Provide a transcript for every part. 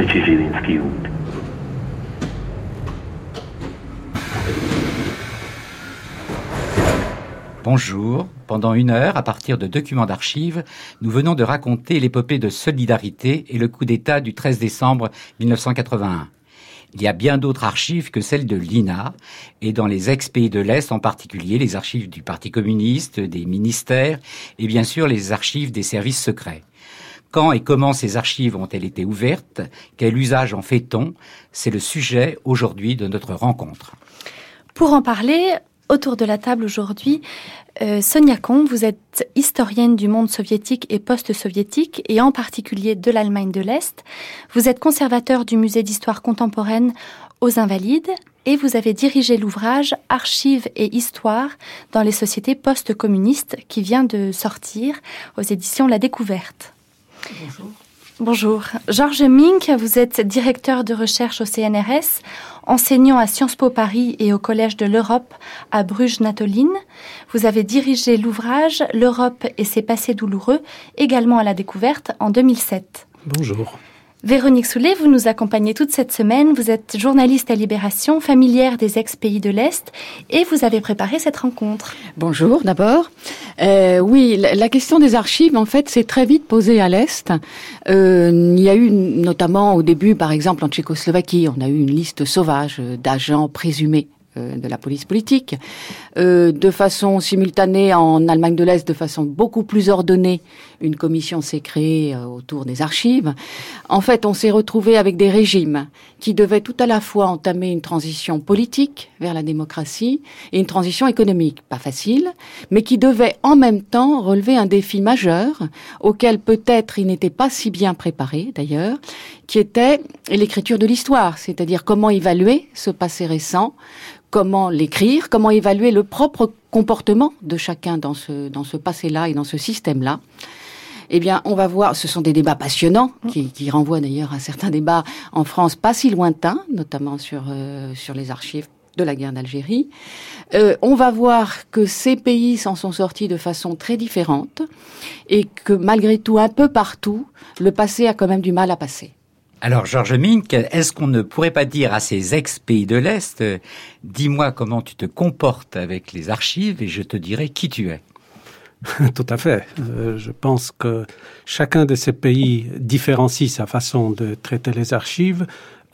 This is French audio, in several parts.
Leci Zilinszky út. Bonjour. Pendant 1 heure, à partir de documents d'archives, nous venons de raconter l'épopée de Solidarité et le coup d'État du 13 décembre 1981. Il y a bien d'autres archives que celles de l'INA, et dans les ex-pays de l'Est en particulier, les archives du Parti communiste, des ministères, et bien sûr les archives des services secrets. Quand et comment ces archives ont-elles été ouvertes? Quel usage en fait-on? C'est le sujet aujourd'hui de notre rencontre. Pour en parler, autour de la table aujourd'hui, Sonia Combe, vous êtes historienne du monde soviétique et post-soviétique, et en particulier de l'Allemagne de l'Est. Vous êtes conservateur du musée d'histoire contemporaine aux Invalides, et vous avez dirigé l'ouvrage Archives et Histoire dans les sociétés post-communistes, qui vient de sortir aux éditions La Découverte. Bonjour. Bonjour. Georges Mink, vous êtes directeur de recherche au CNRS, enseignant à Sciences Po Paris et au Collège de l'Europe à Bruges-Natoline. Vous avez dirigé l'ouvrage L'Europe et ses passés douloureux, également à La Découverte, en 2007. Bonjour. Véronique Soulet, vous nous accompagnez toute cette semaine. Vous êtes journaliste à Libération, familière des ex-pays de l'Est, et vous avez préparé cette rencontre. Bonjour d'abord. Oui, la question des archives, en fait, s'est très vite posée à l'Est. Il y a eu notamment au début, par exemple en Tchécoslovaquie, on a eu une liste sauvage d'agents présumés de la police politique. De façon simultanée en Allemagne de l'Est, de façon beaucoup plus ordonnée, une commission s'est créée autour des archives. En fait, on s'est retrouvé avec des régimes qui devaient tout à la fois entamer une transition politique vers la démocratie et une transition économique, pas facile, mais qui devaient en même temps relever un défi majeur auquel peut-être ils n'étaient pas si bien préparés d'ailleurs, qui était l'écriture de l'histoire, c'est-à-dire comment évaluer ce passé récent, comment l'écrire, comment évaluer le propre comportement de chacun dans ce passé-là et dans ce système-là. Eh bien, on va voir, ce sont des débats passionnants, qui renvoient d'ailleurs à certains débats en France pas si lointains, notamment sur les archives de la guerre d'Algérie. On va voir que ces pays s'en sont sortis de façon très différente et que malgré tout, un peu partout, le passé a quand même du mal à passer. Alors, Georges Mink, est-ce qu'on ne pourrait pas dire à ces ex-pays de l'Est, dis-moi comment tu te comportes avec les archives et je te dirai qui tu es? Tout à fait. Je pense que chacun de ces pays différencie sa façon de traiter les archives,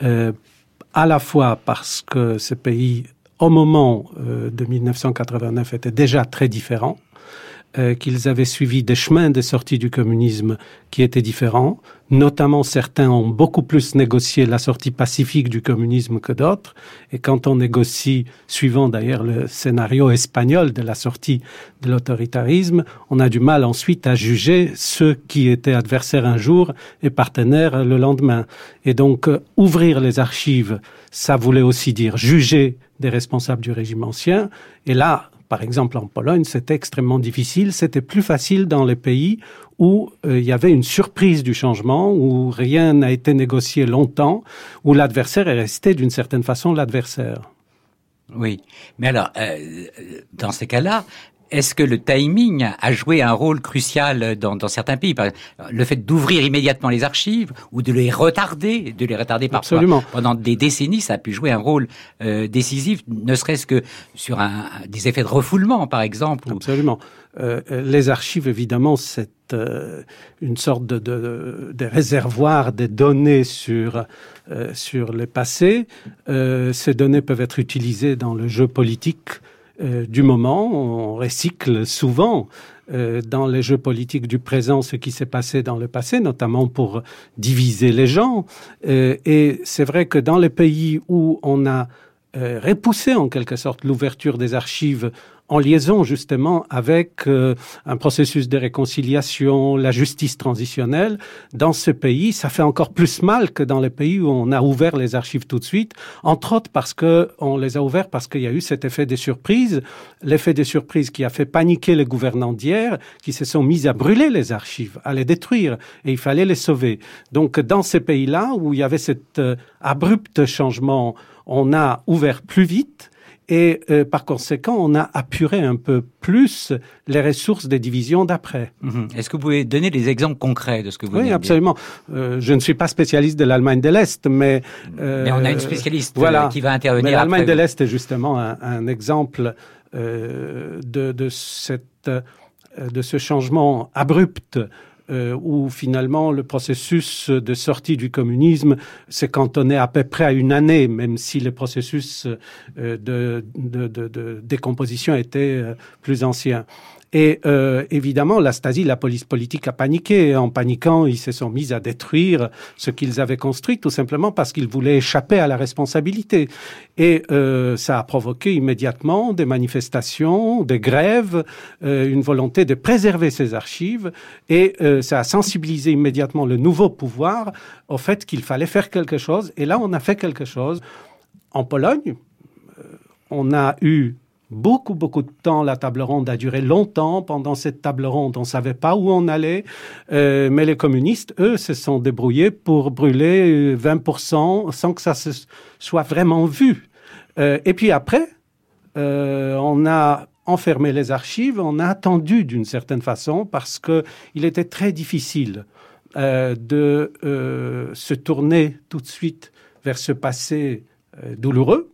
à la fois parce que ces pays, au moment de 1989, étaient déjà très différents, qu'ils avaient suivi des chemins de sortie du communisme qui étaient différents. Notamment, certains ont beaucoup plus négocié la sortie pacifique du communisme que d'autres. Et quand on négocie, suivant d'ailleurs le scénario espagnol de la sortie de l'autoritarisme, on a du mal ensuite à juger ceux qui étaient adversaires un jour et partenaires le lendemain. Et donc, ouvrir les archives, ça voulait aussi dire juger des responsables du régime ancien. Et là, par exemple, en Pologne, c'était extrêmement difficile. C'était plus facile dans les pays où il y avait une surprise du changement, où rien n'a été négocié longtemps, où l'adversaire est resté d'une certaine façon l'adversaire. Oui, mais alors, dans ces cas-là, est-ce que le timing a joué un rôle crucial dans certains pays? Le fait d'ouvrir immédiatement les archives ou de les retarder parfois Absolument. Pendant des décennies, ça a pu jouer un rôle décisif, ne serait-ce que sur des effets de refoulement, par exemple. Absolument. Les archives, évidemment, c'est une sorte de réservoir des données sur les passés. Ces données peuvent être utilisées dans le jeu politique du moment. On recycle souvent dans les jeux politiques du présent ce qui s'est passé dans le passé, notamment pour diviser les gens. Et c'est vrai que dans les pays où on a repoussé en quelque sorte l'ouverture des archives en liaison justement avec un processus de réconciliation, la justice transitionnelle, dans ce pays, ça fait encore plus mal que dans les pays où on a ouvert les archives tout de suite, entre autres parce qu'on les a ouverts parce qu'il y a eu cet effet des surprises, l'effet des surprises qui a fait paniquer les gouvernants d'hier, qui se sont mis à brûler les archives, à les détruire, et il fallait les sauver. Donc dans ces pays-là où il y avait cet abrupt changement, on a ouvert plus vite. Et par conséquent, on a apuré un peu plus les ressources des divisions d'après. Est-ce que vous pouvez donner des exemples concrets de ce que vous venez de dire ? Oui, absolument. Je ne suis pas spécialiste de l'Allemagne de l'Est, mais on a une spécialiste qui va intervenir. Mais l'Allemagne après de l'Est est justement un exemple de ce changement abrupt où finalement le processus de sortie du communisme s'est cantonné à peu près à une année, même si le processus de décomposition était plus ancien. Et évidemment, la Stasi, la police politique, a paniqué. En paniquant, ils se sont mis à détruire ce qu'ils avaient construit, tout simplement parce qu'ils voulaient échapper à la responsabilité. Et ça a provoqué immédiatement des manifestations, des grèves, une volonté de préserver ces archives. Et ça a sensibilisé immédiatement le nouveau pouvoir au fait qu'il fallait faire quelque chose. Et là, on a fait quelque chose. En Pologne, on a eu beaucoup de temps. La table ronde a duré longtemps. Pendant cette table ronde, on ne savait pas où on allait. Mais les communistes, eux, se sont débrouillés pour brûler 20% sans que ça se soit vraiment vu. Et puis après, on a enfermé les archives. On a attendu d'une certaine façon parce qu'il était très difficile de se tourner tout de suite vers ce passé douloureux.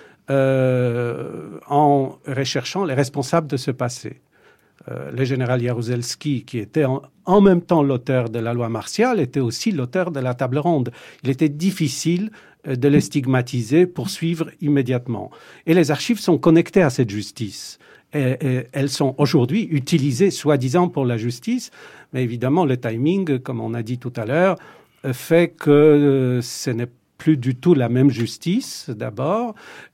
En recherchant les responsables de ce passé. Le général Jaruzelski, qui était en même temps l'auteur de la loi martiale, était aussi l'auteur de la table ronde. Il était difficile de les stigmatiser, poursuivre immédiatement. Et les archives sont connectées à cette justice. Et elles sont aujourd'hui utilisées, soi-disant, pour la justice. Mais évidemment, le timing, comme on a dit tout à l'heure, fait que ce n'est plus du tout la même justice, d'abord,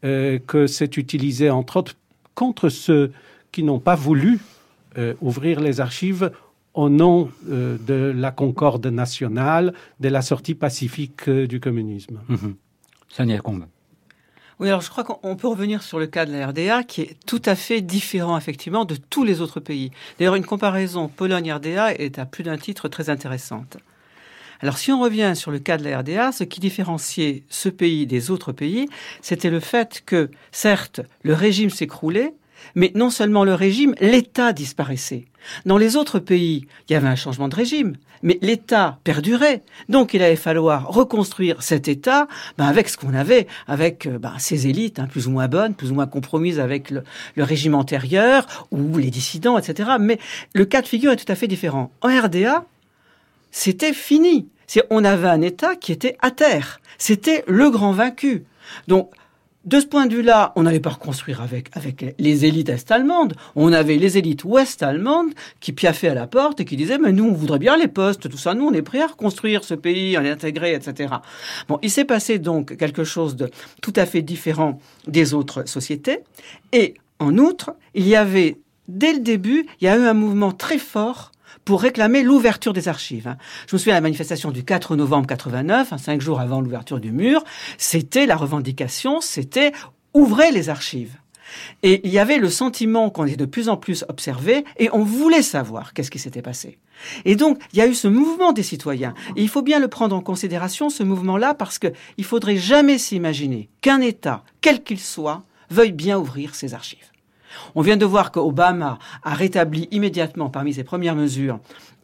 que c'est utilisé, entre autres, contre ceux qui n'ont pas voulu ouvrir les archives au nom de la concorde nationale, de la sortie pacifique du communisme. Sonia Combe. Oui, alors je crois qu'on peut revenir sur le cas de la RDA qui est tout à fait différent, effectivement, de tous les autres pays. D'ailleurs, une comparaison Pologne-RDA est à plus d'un titre très intéressante. Alors, si on revient sur le cas de la RDA, ce qui différenciait ce pays des autres pays, c'était le fait que, certes, le régime s'écroulait, mais non seulement le régime, l'État disparaissait. Dans les autres pays, il y avait un changement de régime, mais l'État perdurait. Donc, il allait falloir reconstruire cet État avec ce qu'on avait, avec ces élites plus ou moins bonnes, plus ou moins compromises avec le régime antérieur, ou les dissidents, etc. Mais le cas de figure est tout à fait différent. En RDA, c'était fini. On avait un État qui était à terre. C'était le grand vaincu. Donc, de ce point de vue-là, on n'allait pas reconstruire avec les élites est-allemandes. On avait les élites ouest-allemandes qui piaffaient à la porte et qui disaient « Mais nous, on voudrait bien les postes, tout ça. Nous, on est prêts à reconstruire ce pays, à l'intégrer, etc. » Bon, il s'est passé donc quelque chose de tout à fait différent des autres sociétés. Et en outre, il y avait, dès le début, il y a eu un mouvement très fort pour réclamer l'ouverture des archives. Je me souviens de la manifestation du 4 novembre 89, 5 jours avant l'ouverture du mur, c'était la revendication, c'était « ouvrez les archives ». Et il y avait le sentiment qu'on est de plus en plus observé et on voulait savoir qu'est-ce qui s'était passé. Et donc, il y a eu ce mouvement des citoyens. Et il faut bien le prendre en considération, ce mouvement-là, parce qu'il ne faudrait jamais s'imaginer qu'un État, quel qu'il soit, veuille bien ouvrir ses archives. On vient de voir qu'Obama a rétabli immédiatement, parmi ses premières mesures,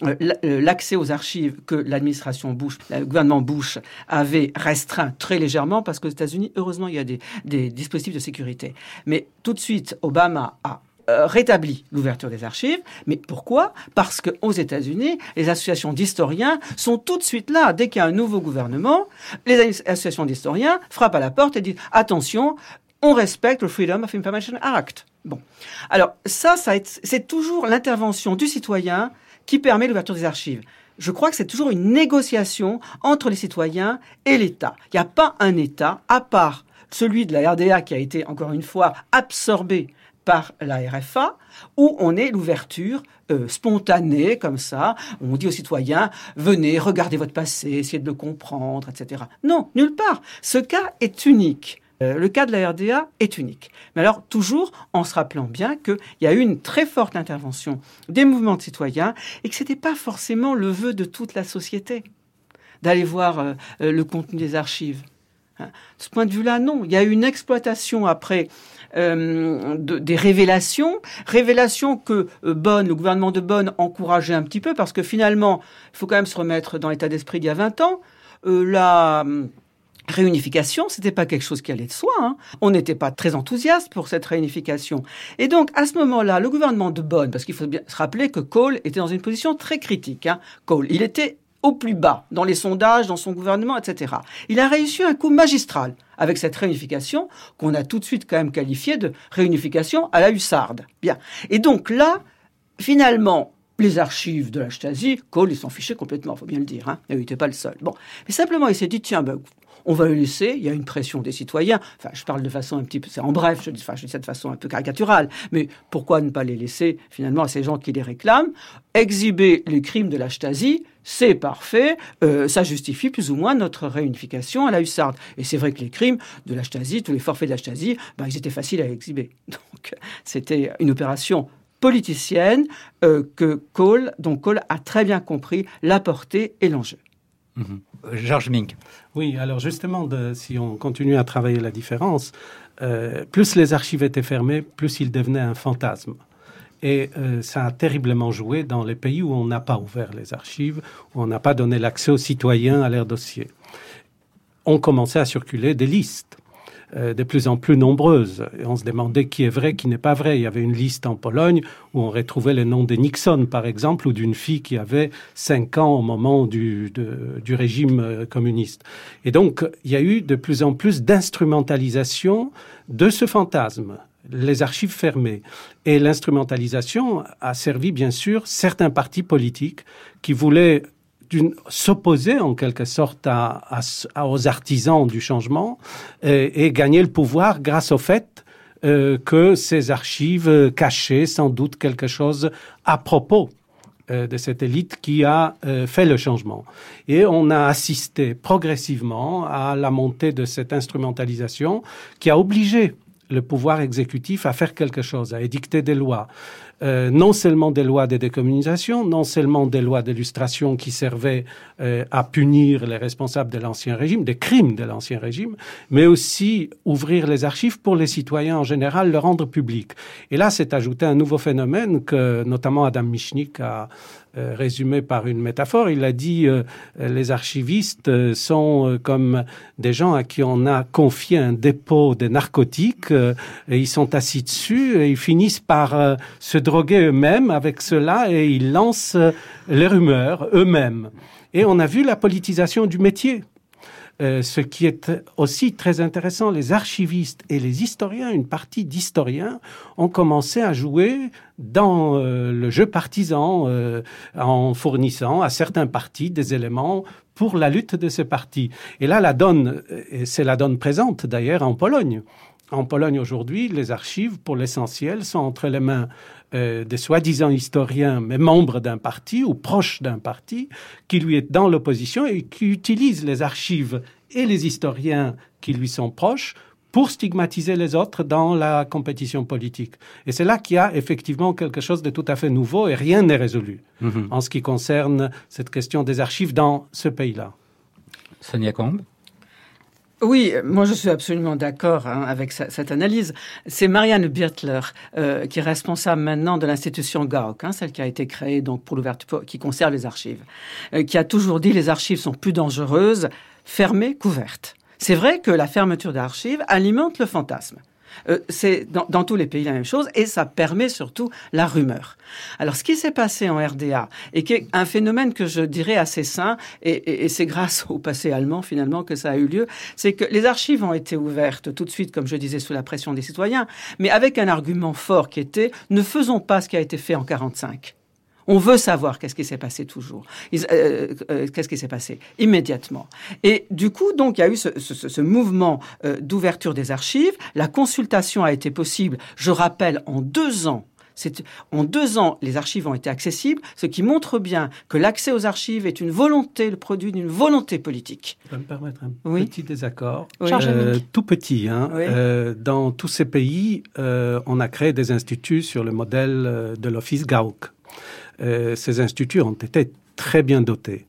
l'accès aux archives que l'administration Bush, le gouvernement Bush avait restreint très légèrement parce qu'aux États-Unis, heureusement, il y a des dispositifs de sécurité. Mais tout de suite, Obama a rétabli l'ouverture des archives. Mais pourquoi ? Parce qu'aux États-Unis, les associations d'historiens sont tout de suite là. Dès qu'il y a un nouveau gouvernement, les associations d'historiens frappent à la porte et disent « Attention, on respecte le Freedom of Information Act ». Bon. Alors, c'est toujours l'intervention du citoyen qui permet l'ouverture des archives. Je crois que c'est toujours une négociation entre les citoyens et l'État. Il n'y a pas un État, à part celui de la RDA qui a été, encore une fois, absorbé par la RFA, où on est l'ouverture spontanée, comme ça. On dit aux citoyens, venez, regardez votre passé, essayez de le comprendre, etc. Non, nulle part. Ce cas est unique. Le cas de la RDA est unique. Mais alors, toujours en se rappelant bien qu'il y a eu une très forte intervention des mouvements de citoyens et que ce n'était pas forcément le vœu de toute la société d'aller voir le contenu des archives. De ce point de vue-là, non. Il y a eu une exploitation après des révélations que Bonn, le gouvernement de Bonn encourageait un petit peu, parce que finalement, il faut quand même se remettre dans l'état d'esprit d'il y a 20 ans. La réunification, c'était pas quelque chose qui allait de soi. Hein. On n'était pas très enthousiaste pour cette réunification. Et donc, à ce moment-là, le gouvernement de Bonn, parce qu'il faut bien se rappeler que Kohl était dans une position très critique. Hein. Kohl, il était au plus bas dans les sondages, dans son gouvernement, etc. Il a réussi un coup magistral avec cette réunification qu'on a tout de suite quand même qualifiée de réunification à la hussarde. Bien. Et donc là, finalement, les archives de la Stasi, Kohl, il s'en fichait complètement, il faut bien le dire. Hein. Il n'était pas le seul. Bon. Mais simplement, il s'est dit, tiens, on va le laisser, il y a une pression des citoyens. Enfin, je parle de façon un petit peu, c'est en bref, je dis ça de façon un peu caricaturale. Mais pourquoi ne pas les laisser, finalement, à ces gens qui les réclament, exhiber les crimes de la Stasi, c'est parfait, ça justifie plus ou moins notre réunification à la hussarde. Et c'est vrai que les crimes de la Stasi, tous les forfaits de la Stasi, ils étaient faciles à exhiber. Donc, c'était une opération politicienne dont Kohl a très bien compris la portée et l'enjeu. Georges Mink. Oui, alors justement, si on continue à travailler la différence, plus les archives étaient fermées, plus ils devenaient un fantasme. Et ça a terriblement joué dans les pays où on n'a pas ouvert les archives, où on n'a pas donné l'accès aux citoyens à leurs dossiers. On commençait à circuler des listes de plus en plus nombreuses. Et on se demandait qui est vrai, qui n'est pas vrai. Il y avait une liste en Pologne où on retrouvait le nom de Nixon, par exemple, ou d'une fille qui avait 5 ans au moment du régime communiste. Et donc, il y a eu de plus en plus d'instrumentalisation de ce fantasme, les archives fermées. Et l'instrumentalisation a servi, bien sûr, certains partis politiques qui voulaient s'opposer en quelque sorte aux artisans du changement et gagner le pouvoir grâce au fait que ces archives cachaient sans doute quelque chose à propos de cette élite qui a fait le changement. Et on a assisté progressivement à la montée de cette instrumentalisation qui a obligé le pouvoir exécutif à faire quelque chose, à édicter des lois. Non seulement des lois de décommunisation, non seulement des lois d'illustration qui servaient à punir les responsables de l'Ancien Régime, des crimes de l'Ancien Régime, mais aussi ouvrir les archives pour les citoyens en général, le rendre public. Et là, c'est ajouté un nouveau phénomène que notamment Adam Michnik a résumé par une métaphore. Il a dit les archivistes sont comme des gens à qui on a confié un dépôt de narcotiques et ils sont assis dessus et ils finissent par se droguer eux-mêmes avec cela et ils lancent les rumeurs eux-mêmes. Et on a vu la politisation du métier. Ce qui est aussi très intéressant, les archivistes et les historiens, une partie d'historiens, ont commencé à jouer dans le jeu partisan en fournissant à certains partis des éléments pour la lutte de ces partis. Et là, la donne, et c'est la donne présente d'ailleurs en Pologne. En Pologne aujourd'hui, les archives, pour l'essentiel, sont entre les mains des soi-disant historiens, mais membres d'un parti ou proches d'un parti, qui lui est dans l'opposition et qui utilise les archives et les historiens qui lui sont proches pour stigmatiser les autres dans la compétition politique. Et c'est là qu'il y a effectivement quelque chose de tout à fait nouveau et rien n'est résolu en ce qui concerne cette question des archives dans ce pays-là. Sonia Combe. Oui, moi je suis absolument d'accord avec cette analyse. C'est Marianne Birtler qui est responsable maintenant de l'institution Gauck, celle qui a été créée donc pour l'ouverture, qui conserve les archives, qui a toujours dit les archives sont plus dangereuses fermées qu'ouvertes. C'est vrai que la fermeture d'archives alimente le fantasme. C'est dans tous les pays la même chose et ça permet surtout la rumeur. Alors ce qui s'est passé en RDA et qui est un phénomène que je dirais assez sain et c'est grâce au passé allemand finalement que ça a eu lieu, c'est que les archives ont été ouvertes tout de suite comme je disais sous la pression des citoyens, mais avec un argument fort qui était ne faisons pas ce qui a été fait en 1945. On veut savoir qu'est-ce qui s'est passé toujours. Qu'est-ce qui s'est passé immédiatement. Et du coup, donc, il y a eu ce mouvement d'ouverture des archives. La consultation a été possible, je rappelle, en 2 ans. En 2 ans, les archives ont été accessibles, ce qui montre bien que l'accès aux archives est le produit d'une volonté politique. Je peux me permettre un petit désaccord, tout petit. Oui. Dans tous ces pays, on a créé des instituts sur le modèle de l'Office Gauck. Ces instituts ont été très bien dotés.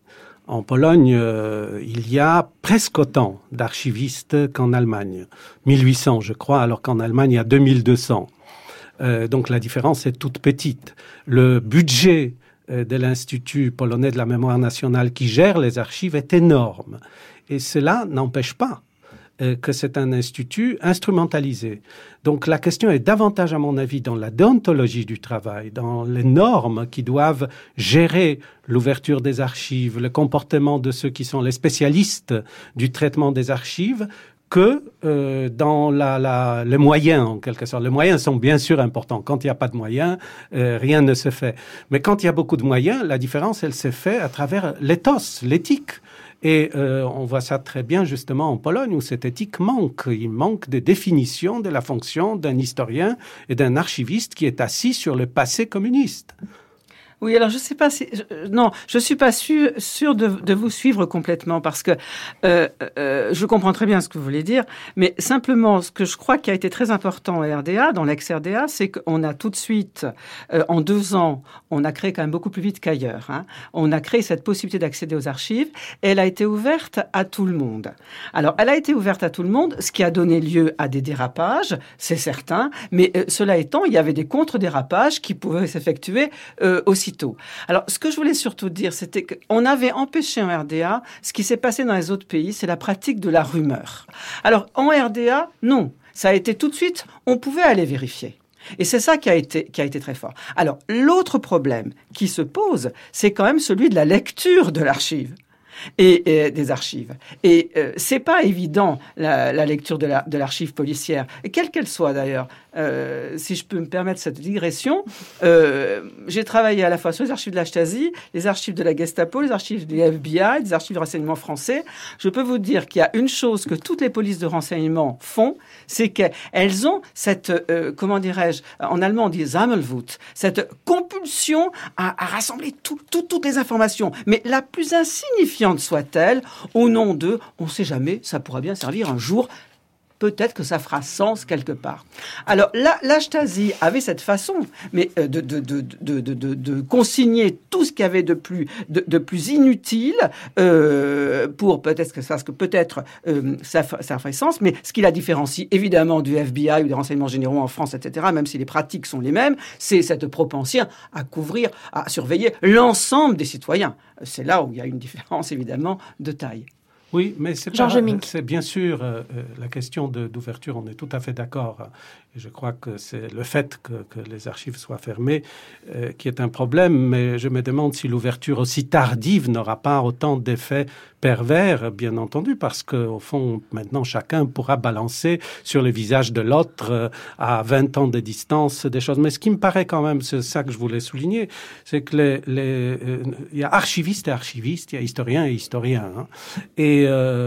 En Pologne, il y a presque autant d'archivistes qu'en Allemagne. 1800, je crois, alors qu'en Allemagne, il y a 2200. Donc la différence est toute petite. Le budget de l'Institut polonais de la mémoire nationale qui gère les archives est énorme. Et cela n'empêche pas que c'est un institut instrumentalisé. Donc la question est davantage, à mon avis, dans la déontologie du travail, dans les normes qui doivent gérer l'ouverture des archives, le comportement de ceux qui sont les spécialistes du traitement des archives, que dans les moyens, en quelque sorte. Les moyens sont bien sûr importants. Quand il n'y a pas de moyens, rien ne se fait. Mais quand il y a beaucoup de moyens, la différence, elle se fait à travers l'éthos, l'éthique. Et on voit ça très bien justement en Pologne où cette éthique manque. Il manque de définition de la fonction d'un historien et d'un archiviste qui est assis sur le passé communiste. Oui, alors je sais pas si... non, je suis pas sûre de vous suivre complètement parce que je comprends très bien ce que vous voulez dire, mais simplement, ce que je crois qui a été très important à RDA, dans l'ex-RDA, c'est qu'on a tout de suite, en 2 ans, on a créé quand même beaucoup plus vite qu'ailleurs. Hein, on a créé cette possibilité d'accéder aux archives et elle a été ouverte à tout le monde. Alors, elle a été ouverte à tout le monde, ce qui a donné lieu à des dérapages, c'est certain, mais cela étant, il y avait des contre-dérapages qui pouvaient s'effectuer aussitôt. Alors, ce que je voulais surtout dire, c'était qu'on avait empêché en RDA ce qui s'est passé dans les autres pays, c'est la pratique de la rumeur. Alors, en RDA, non. Ça a été tout de suite, on pouvait aller vérifier. Et c'est ça qui a été très fort. Alors, l'autre problème qui se pose, c'est quand même celui de la lecture de l'archive. Et des archives. Et c'est pas évident la lecture de l'archive policière, et quelle qu'elle soit d'ailleurs. Si je peux me permettre cette digression, j'ai travaillé à la fois sur les archives de la Stasi, les archives de la Gestapo, les archives du FBI, les archives de renseignement français. Je peux vous dire qu'il y a une chose que toutes les polices de renseignement font, c'est qu'elles ont cette, comment dirais-je, en allemand on dit Sammelwut, cette compulsion à rassembler toutes les informations, mais la plus insignifiante soit-elle, au nom de, on ne sait jamais, ça pourra bien servir un jour, peut-être que ça fera sens quelque part. Alors, la Stasi avait cette façon, mais de consigner tout ce qu'il y avait de plus inutile pour peut-être que ça ferait sens, mais ce qui la différencie évidemment du FBI ou des renseignements généraux en France, etc., même si les pratiques sont les mêmes, c'est cette propension à couvrir, à surveiller l'ensemble des citoyens. C'est là où il y a une différence évidemment de taille. Oui, mais c'est bien sûr la question d'ouverture, on est tout à fait d'accord. Et je crois que c'est le fait que les archives soient fermées qui est un problème, mais je me demande si l'ouverture aussi tardive n'aura pas autant d'effets pervers, bien entendu, parce qu'au fond, maintenant, chacun pourra balancer sur le visage de l'autre à 20 ans de distance des choses. Mais ce qui me paraît quand même, c'est ça que je voulais souligner, c'est que il y a archivistes et archivistes, il y a historiens et historiens. Hein. Et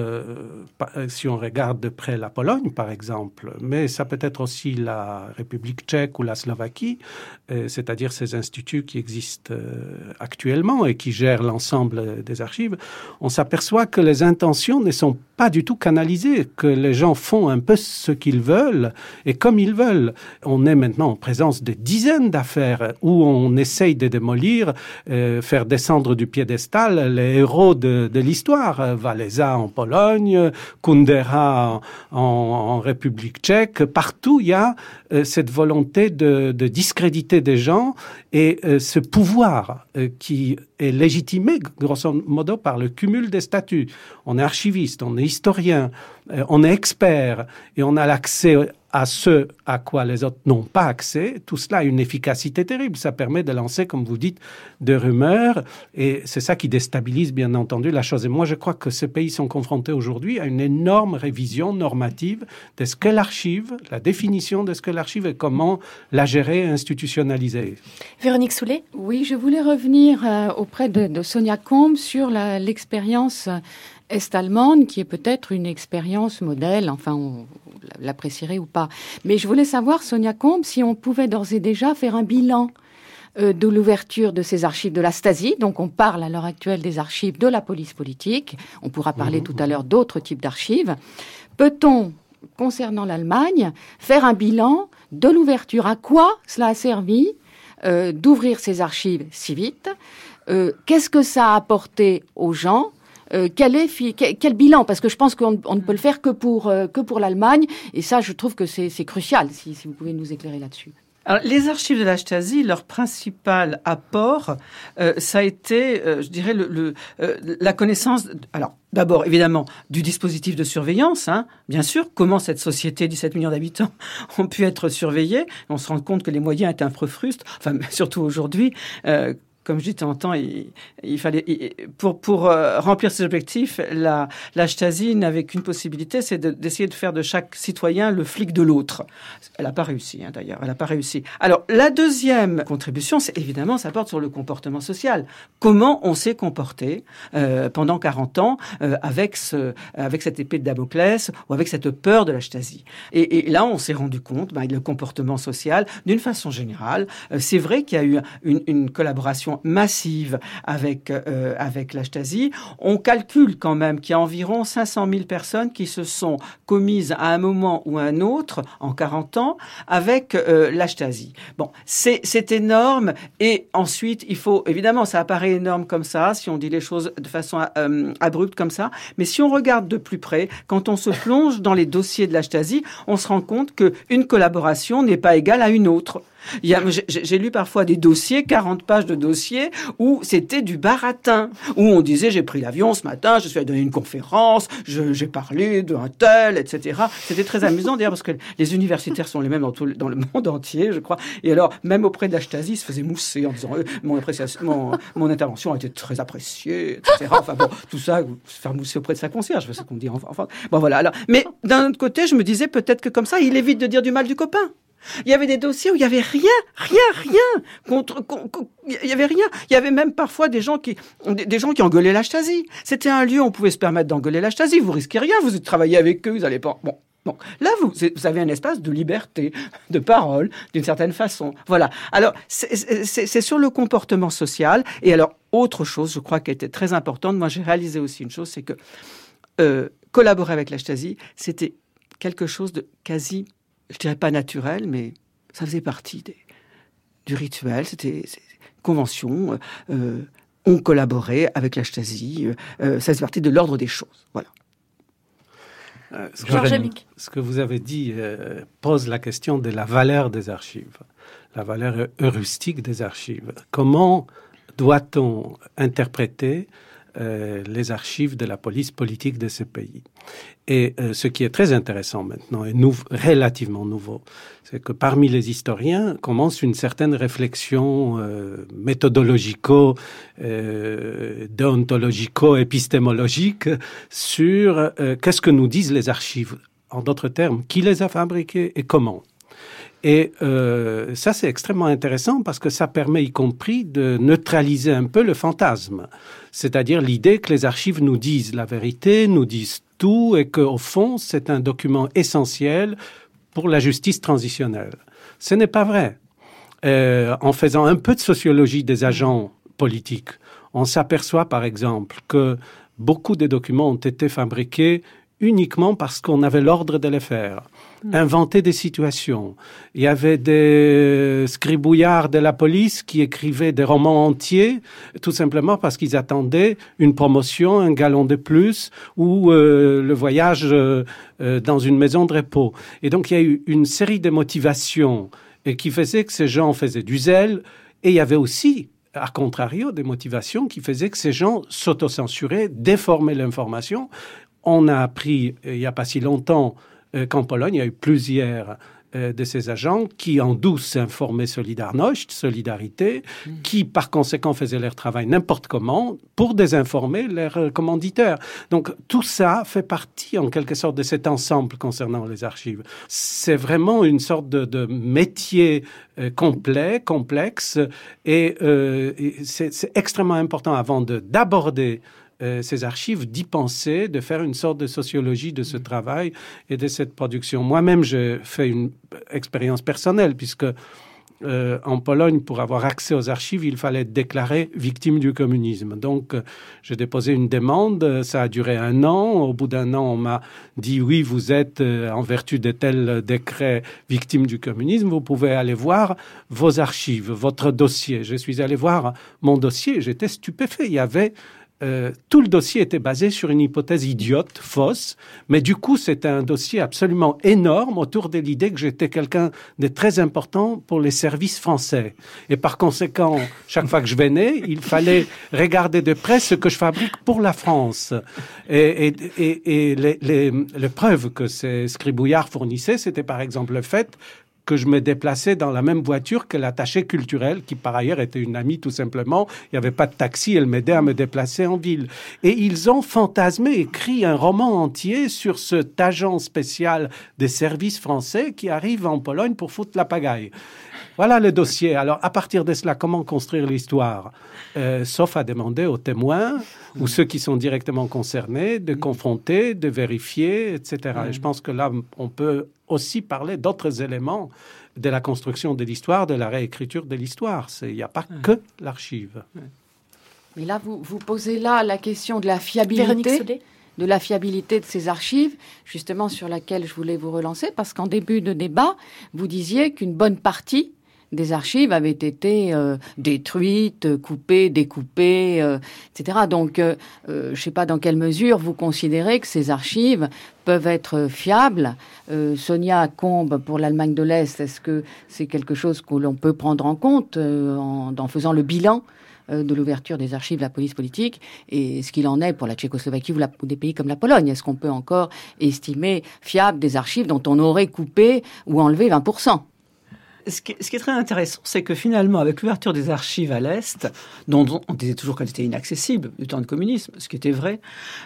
si on regarde de près la Pologne, par exemple, mais ça peut être aussi la République tchèque ou la Slovaquie, c'est-à-dire ces instituts qui existent actuellement et qui gèrent l'ensemble des archives, on s'aperçoit que les intentions ne sont pas du tout canalisées, que les gens font un peu ce qu'ils veulent et comme ils veulent. On est maintenant en présence de dizaines d'affaires où on essaye de démolir, faire descendre du piédestal les héros de l'histoire. Wałęsa en Pologne, Kundera en République tchèque. Partout, il y a cette volonté de discréditer des gens et ce pouvoir qui est légitimé, grosso modo, par le cumul des statuts. On est archiviste, on est historien, on est expert et on a l'accès à ce à quoi les autres n'ont pas accès. Tout cela a une efficacité terrible. Ça permet de lancer, comme vous dites, des rumeurs et c'est ça qui déstabilise, bien entendu, la chose. Et moi, je crois que ces pays sont confrontés aujourd'hui à une énorme révision normative de ce qu'est l'archive, la définition de ce qu'est l'archive et comment la gérer et institutionnaliser. Véronique Soulet ? Oui, je voulais revenir auprès de Sonia Combe sur l'expérience est-allemande, qui est peut-être une expérience modèle, enfin, on l'apprécierait ou pas. Mais je voulais savoir, Sonia Combe, si on pouvait d'ores et déjà faire un bilan de l'ouverture de ces archives de la Stasi. Donc, on parle à l'heure actuelle des archives de la police politique. On pourra parler tout à l'heure d'autres types d'archives. Peut-on, concernant l'Allemagne, faire un bilan de l'ouverture? À quoi cela a servi d'ouvrir ces archives si vite? qu'est-ce que ça a apporté aux gens? Quel bilan? Parce que je pense qu'on ne peut le faire que pour l'Allemagne, et ça, je trouve que c'est crucial, si vous pouvez nous éclairer là-dessus. Alors, les archives de la Stasi, leur principal apport, ça a été, je dirais, la connaissance. Alors, d'abord, évidemment, du dispositif de surveillance, bien sûr. Comment cette société, 17 millions d'habitants, ont pu être surveillés. On se rend compte que les moyens étaient un peu frustres. Enfin, surtout aujourd'hui. Comme je dis de temps en temps, il fallait pour remplir ses objectifs, la Stasi n'avait qu'une possibilité, c'est d'essayer de faire de chaque citoyen le flic de l'autre. Elle n'a pas réussi, d'ailleurs. Elle n'a pas réussi. Alors, la deuxième contribution, c'est évidemment, ça porte sur le comportement social. Comment on s'est comporté pendant 40 ans avec cette épée de Damoclès ou avec cette peur de la Stasi. Et là, on s'est rendu compte, le comportement social, d'une façon générale, c'est vrai qu'il y a eu une collaboration massive avec la Stasi. On calcule quand même qu'il y a environ 500 000 personnes qui se sont commises à un moment ou à un autre, en 40 ans, avec la Stasi. Bon, c'est énorme. Et ensuite, il faut... Évidemment, ça apparaît énorme comme ça, si on dit les choses de façon abrupte comme ça. Mais si on regarde de plus près, quand on se plonge dans les dossiers de la Stasi, on se rend compte qu'une collaboration n'est pas égale à une autre. J'ai lu parfois des dossiers, 40 pages de dossiers, où c'était du baratin, où on disait j'ai pris l'avion ce matin, je suis allé donner une conférence, j'ai parlé d'un tel, etc. C'était très amusant d'ailleurs parce que les universitaires sont les mêmes dans le monde entier, je crois. Et alors même auprès de la Stasi, ils se faisaient mousser en disant mon intervention a été très appréciée, etc. Enfin bon, tout ça, se faire mousser auprès de sa concierge, c'est ce qu'on dit. Enfin, bon voilà. Alors, mais d'un autre côté, je me disais peut-être que comme ça, il évite de dire du mal du copain. Il y avait des dossiers où il y avait rien il y avait rien. Il y avait même parfois des gens qui engueulaient la Stasi. C'était un lieu où on pouvait se permettre d'engueuler la Stasi. Vous risquez rien. Vous travaillez avec eux. Vous allez pas. Bon. Là, vous avez un espace de liberté, de parole, d'une certaine façon. Voilà. Alors, c'est sur le comportement social. Et alors, autre chose, je crois, qui était très importante. Moi, j'ai réalisé aussi une chose, c'est que collaborer avec la Stasi, c'était quelque chose de quasi, je dirais pas naturel, mais ça faisait partie du rituel. C'était une convention. On collaborait avec la Stasi. Ça faisait partie de l'ordre des choses. Voilà. Ce que vous avez dit pose la question de la valeur des archives, la valeur heuristique des archives. Comment doit-on interpréter les archives de la police politique de ce pays? Et ce qui est très intéressant maintenant et relativement nouveau, c'est que parmi les historiens commence une certaine réflexion déontologico-épistémologique sur qu'est-ce que nous disent les archives. En d'autres termes, qui les a fabriquées et comment. Et ça, c'est extrêmement intéressant parce que ça permet y compris de neutraliser un peu le fantasme. C'est-à-dire l'idée que les archives nous disent la vérité, nous disent tout et qu'au fond, c'est un document essentiel pour la justice transitionnelle. Ce n'est pas vrai. En faisant un peu de sociologie des agents politiques, on s'aperçoit par exemple que beaucoup de documents ont été fabriqués uniquement parce qu'on avait l'ordre de les faire. Inventer des situations. Il y avait des scribouillards de la police qui écrivaient des romans entiers tout simplement parce qu'ils attendaient une promotion, un galon de plus ou le voyage dans une maison de repos. Et donc il y a eu une série de motivations qui faisaient que ces gens faisaient du zèle et il y avait aussi à contrario des motivations qui faisaient que ces gens s'autocensuraient, déformaient l'information. On a appris il n'y a pas si longtemps qu'en Pologne, il y a eu plusieurs de ces agents qui en douce informaient Solidarność, Solidarité, qui par conséquent faisaient leur travail n'importe comment pour désinformer leurs commanditaires. Donc tout ça fait partie en quelque sorte de cet ensemble concernant les archives. C'est vraiment une sorte de métier complet, complexe et c'est extrêmement important avant d'aborder ces archives, d'y penser, de faire une sorte de sociologie de ce travail et de cette production. Moi-même, j'ai fait une expérience personnelle puisque en Pologne, pour avoir accès aux archives, il fallait être déclaré victime du communisme. Donc, j'ai déposé une demande. Ça a duré 1 an. Au bout d'1 an, on m'a dit, oui, vous êtes, en vertu de tel décret, victime du communisme. Vous pouvez aller voir vos archives, votre dossier. Je suis allé voir mon dossier. J'étais stupéfait. Il y avait... tout le dossier était basé sur une hypothèse idiote, fausse, mais du coup, c'était un dossier absolument énorme autour de l'idée que j'étais quelqu'un de très important pour les services français. Et par conséquent, chaque fois que je venais, il fallait regarder de près ce que je fabrique pour la France. Et les preuves que ces scribouillards fournissaient, c'était par exemple le fait que je me déplaçais dans la même voiture que l'attachée culturelle, qui par ailleurs était une amie tout simplement. Il n'y avait pas de taxi, elle m'aidait à me déplacer en ville. Et ils ont fantasmé, écrit un roman entier sur cet agent spécial des services français qui arrive en Pologne pour foutre la pagaille. Voilà le dossier. Alors, à partir de cela, comment construire l'histoire ? Sauf à demander aux témoins ou ceux qui sont directement concernés de confronter, de vérifier, etc. Et je pense que là, on peut aussi parler d'autres éléments de la construction de l'histoire, de la réécriture de l'histoire. Il n'y a pas que l'archive. Mais là, vous posez là la question de la fiabilité. De la fiabilité de ces archives, justement sur laquelle je voulais vous relancer, parce qu'en début de débat, vous disiez qu'une bonne partie des archives avaient été détruites, coupées, découpées, etc. Donc, je ne sais pas dans quelle mesure vous considérez que ces archives peuvent être fiables. Sonia Combe, pour l'Allemagne de l'Est, est-ce que c'est quelque chose que l'on peut prendre en compte en faisant le bilan de l'ouverture des archives de la police politique, et ce qu'il en est pour la Tchécoslovaquie ou des pays comme la Pologne? Est-ce qu'on peut encore estimer fiable des archives dont on aurait coupé ou enlevé 20%? Ce qui est très intéressant, c'est que finalement, avec l'ouverture des archives à l'Est, dont on disait toujours qu'elles étaient inaccessibles du temps du communisme, ce qui était vrai,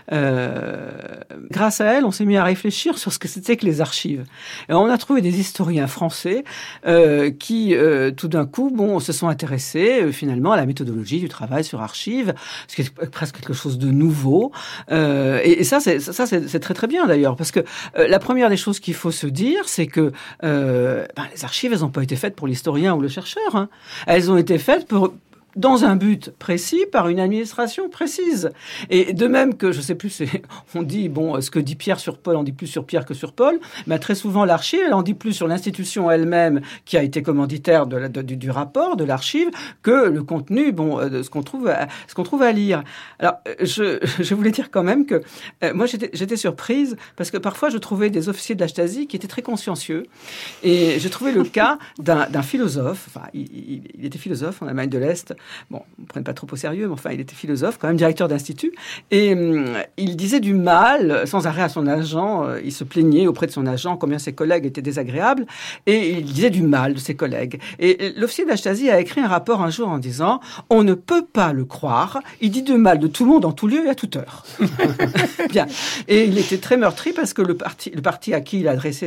grâce à elles, on s'est mis à réfléchir sur ce que c'était que les archives. Et on a trouvé des historiens français qui, tout d'un coup, se sont intéressés finalement à la méthodologie du travail sur archives, ce qui est presque quelque chose de nouveau. Et ça, c'est très très bien d'ailleurs, parce que la première des choses qu'il faut se dire, c'est que les archives, elles n'ont pas été faites pour l'historien ou le chercheur. Hein. Elles ont été faites dans un but précis, par une administration précise. Et de même que, je ne sais plus, on dit, ce que dit Pierre sur Paul, on dit plus sur Pierre que sur Paul, mais très souvent l'archive, elle en dit plus sur l'institution elle-même qui a été commanditaire du rapport, de l'archive, que le contenu, de ce qu'on trouve à lire. Alors, je voulais dire quand même que moi, j'étais surprise parce que parfois, je trouvais des officiers de la Stasi qui étaient très consciencieux. Et j'ai trouvé le cas d'un philosophe, enfin, il était philosophe en Allemagne de l'Est. Bon, on ne prenne pas trop au sérieux, mais enfin, il était philosophe, quand même directeur d'institut. Et il disait du mal sans arrêt à son agent. Il se plaignait auprès de son agent combien ses collègues étaient désagréables. Et il disait du mal de ses collègues. Et l'officier de la Stasi a écrit un rapport un jour en disant « On ne peut pas le croire, il dit du mal de tout le monde en tout lieu et à toute heure. » Bien. Et il était très meurtri parce que le parti à qui il a adressé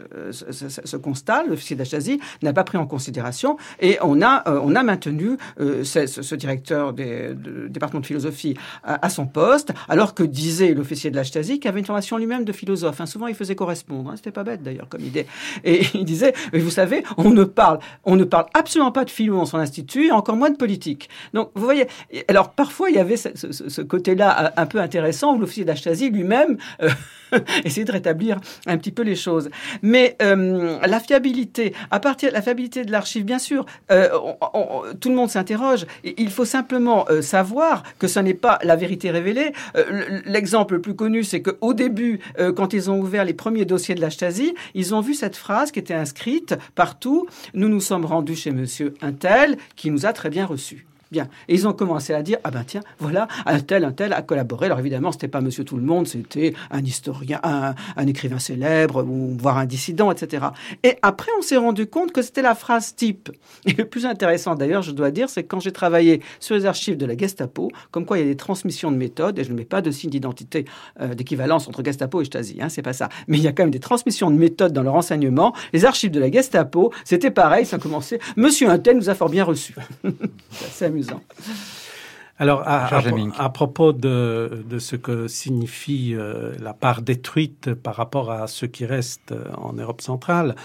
ce constat, l'officier de la Stasi, n'a pas pris en considération. Et on a maintenu ce directeur du département de philosophie à son poste, alors que disait l'officier de la Stasi qui avait une formation lui-même de philosophe. Hein, souvent, il faisait correspondre. Hein, c'était pas bête, d'ailleurs, comme idée. Et il disait, vous savez, on ne parle absolument pas de philo dans son institut, et encore moins de politique. Donc, vous voyez, alors parfois, il y avait ce côté-là un peu intéressant où l'officier de la Stasi lui-même essayait de rétablir un petit peu les choses. Mais la fiabilité, à partir de la fiabilité de l'archive, bien sûr, tout le monde s'interroge. Il faut simplement savoir que ce n'est pas la vérité révélée. L'exemple le plus connu, c'est qu'au début, quand ils ont ouvert les premiers dossiers de la Stasi, ils ont vu cette phrase qui était inscrite partout. « Nous nous sommes rendus chez monsieur Untel, qui nous a très bien reçus. » Bien. Et ils ont commencé à dire, tiens, voilà, un tel a collaboré. Alors évidemment, c'était pas monsieur tout le monde, c'était un historien, un écrivain célèbre, ou voire un dissident, etc. Et après, on s'est rendu compte que c'était la phrase type. Et le plus intéressant, d'ailleurs, je dois dire, c'est que quand j'ai travaillé sur les archives de la Gestapo, comme quoi il y a des transmissions de méthodes, et je ne mets pas de signe d'identité, d'équivalence entre Gestapo et Stasi, hein, c'est pas ça. Mais il y a quand même des transmissions de méthodes dans le renseignement. Les archives de la Gestapo, c'était pareil, ça commençait, monsieur Untel nous a fort bien reçus. C'est amusant. Alors, à propos de ce que signifie la part détruite par rapport à ce qui reste en Europe centrale,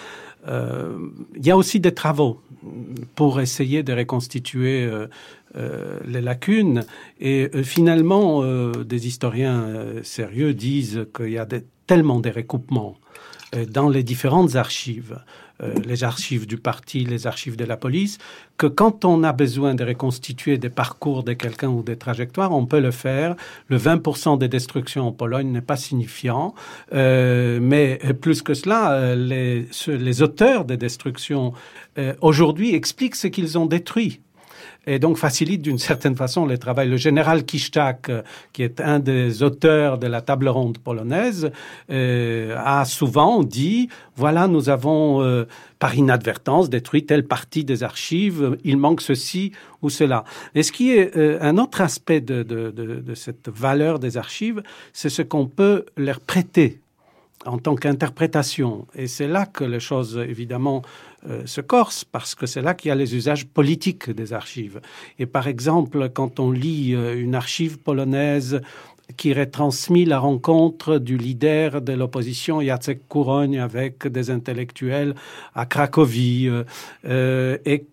Il y a aussi des travaux pour essayer de reconstituer les lacunes. Et finalement, des historiens sérieux disent qu'il y a tellement de recoupements dans les différentes archives, les archives du parti, les archives de la police, que quand on a besoin de reconstituer des parcours de quelqu'un ou des trajectoires, on peut le faire. Le 20% des destructions en Pologne n'est pas signifiant, mais plus que cela, les auteurs des destructions aujourd'hui expliquent ce qu'ils ont détruit. Et donc facilite d'une certaine façon le travail. Le général Kiszczak, qui est un des auteurs de la table ronde polonaise, a souvent dit, voilà, nous avons par inadvertance détruit telle partie des archives, il manque ceci ou cela. Et ce qui est un autre aspect de cette valeur des archives, c'est ce qu'on peut leur prêter en tant qu'interprétation. Et c'est là que les choses, évidemment, se corsent, parce que c'est là qu'il y a les usages politiques des archives. Et par exemple, quand on lit une archive polonaise qui retransmet la rencontre du leader de l'opposition, Jacek Kuroń, avec des intellectuels à Cracovie, et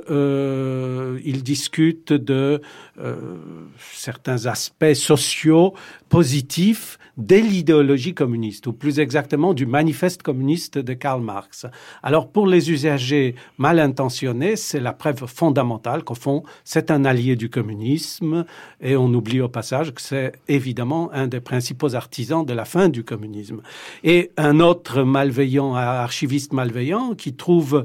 qu'ils discutent de certains aspects sociaux positifs de l'idéologie communiste, ou plus exactement du manifeste communiste de Karl Marx. Alors pour les usagers mal intentionnés, c'est la preuve fondamentale qu'au fond, c'est un allié du communisme, et on oublie au passage que c'est évidemment un des principaux artisans de la fin du communisme. Et un autre malveillant, archiviste malveillant, qui trouve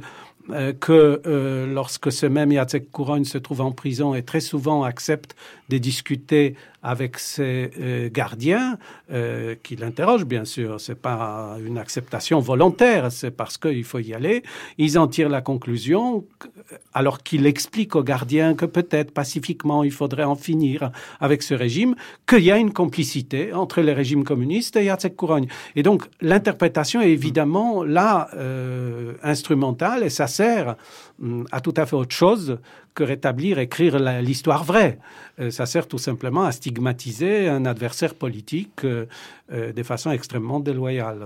que lorsque ce même Jacek Kuroń se trouve en prison et très souvent accepte de discuter avec ses gardiens, qui l'interrogent bien sûr, c'est pas une acceptation volontaire, c'est parce qu'il faut y aller, ils en tirent la conclusion, alors qu'il explique aux gardiens que peut-être pacifiquement il faudrait en finir avec ce régime, qu'il y a une complicité entre le régime communiste et Jacek Kuroń. Et donc l'interprétation est évidemment là instrumentale, et ça sert à tout à fait autre chose que rétablir, écrire l'histoire vraie. Ça sert tout simplement à stigmatiser un adversaire politique de façon extrêmement déloyale.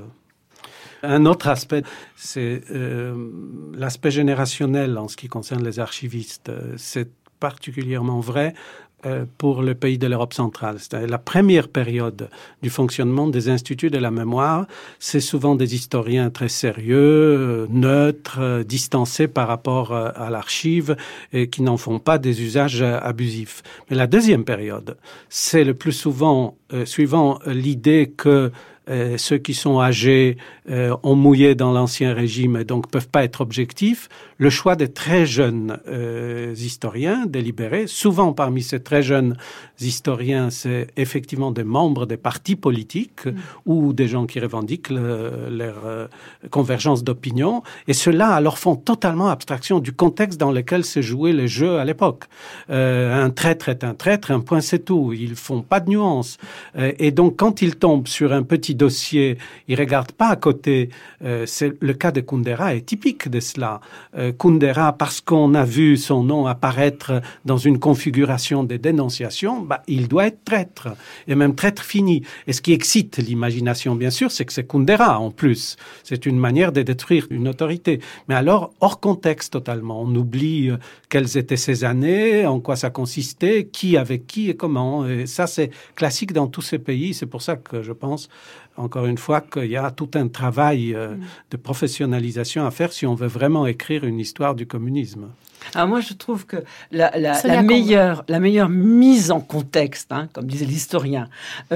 Un autre aspect, c'est l'aspect générationnel en ce qui concerne les archivistes. C'est particulièrement vrai pour le pays de l'Europe centrale. C'est-à-dire la première période du fonctionnement des instituts de la mémoire, c'est souvent des historiens très sérieux, neutres, distancés par rapport à l'archive et qui n'en font pas des usages abusifs. Mais la deuxième période, c'est le plus souvent suivant l'idée que ceux qui sont âgés ont mouillé dans l'ancien régime et donc peuvent pas être objectifs, le choix des très jeunes historiens délibérés, souvent parmi ces très jeunes historiens, c'est effectivement des membres des partis politiques ou des gens qui revendiquent leur convergence d'opinion, et ceux-là alors font totalement abstraction du contexte dans lequel se jouaient les jeux à l'époque. Un traître est un traître, un point c'est tout, ils font pas de nuances. Et donc quand ils tombent sur un petit dossier, ils regardent pas à côté. C'est le cas de Kundera est typique de cela. Kundera, parce qu'on a vu son nom apparaître dans une configuration des dénonciations, il doit être traître, et même traître fini. Et ce qui excite l'imagination, bien sûr, c'est que c'est Kundera en plus. C'est une manière de détruire une autorité. Mais alors, hors contexte totalement. On oublie quelles étaient ces années, en quoi ça consistait, qui avec qui et comment. Et ça, c'est classique dans tous ces pays. C'est pour ça que je pense, encore une fois, qu'il y a tout un travail de professionnalisation à faire si on veut vraiment écrire une histoire du communisme. Alors moi, je trouve que la meilleure mise en contexte, comme disait l'historien,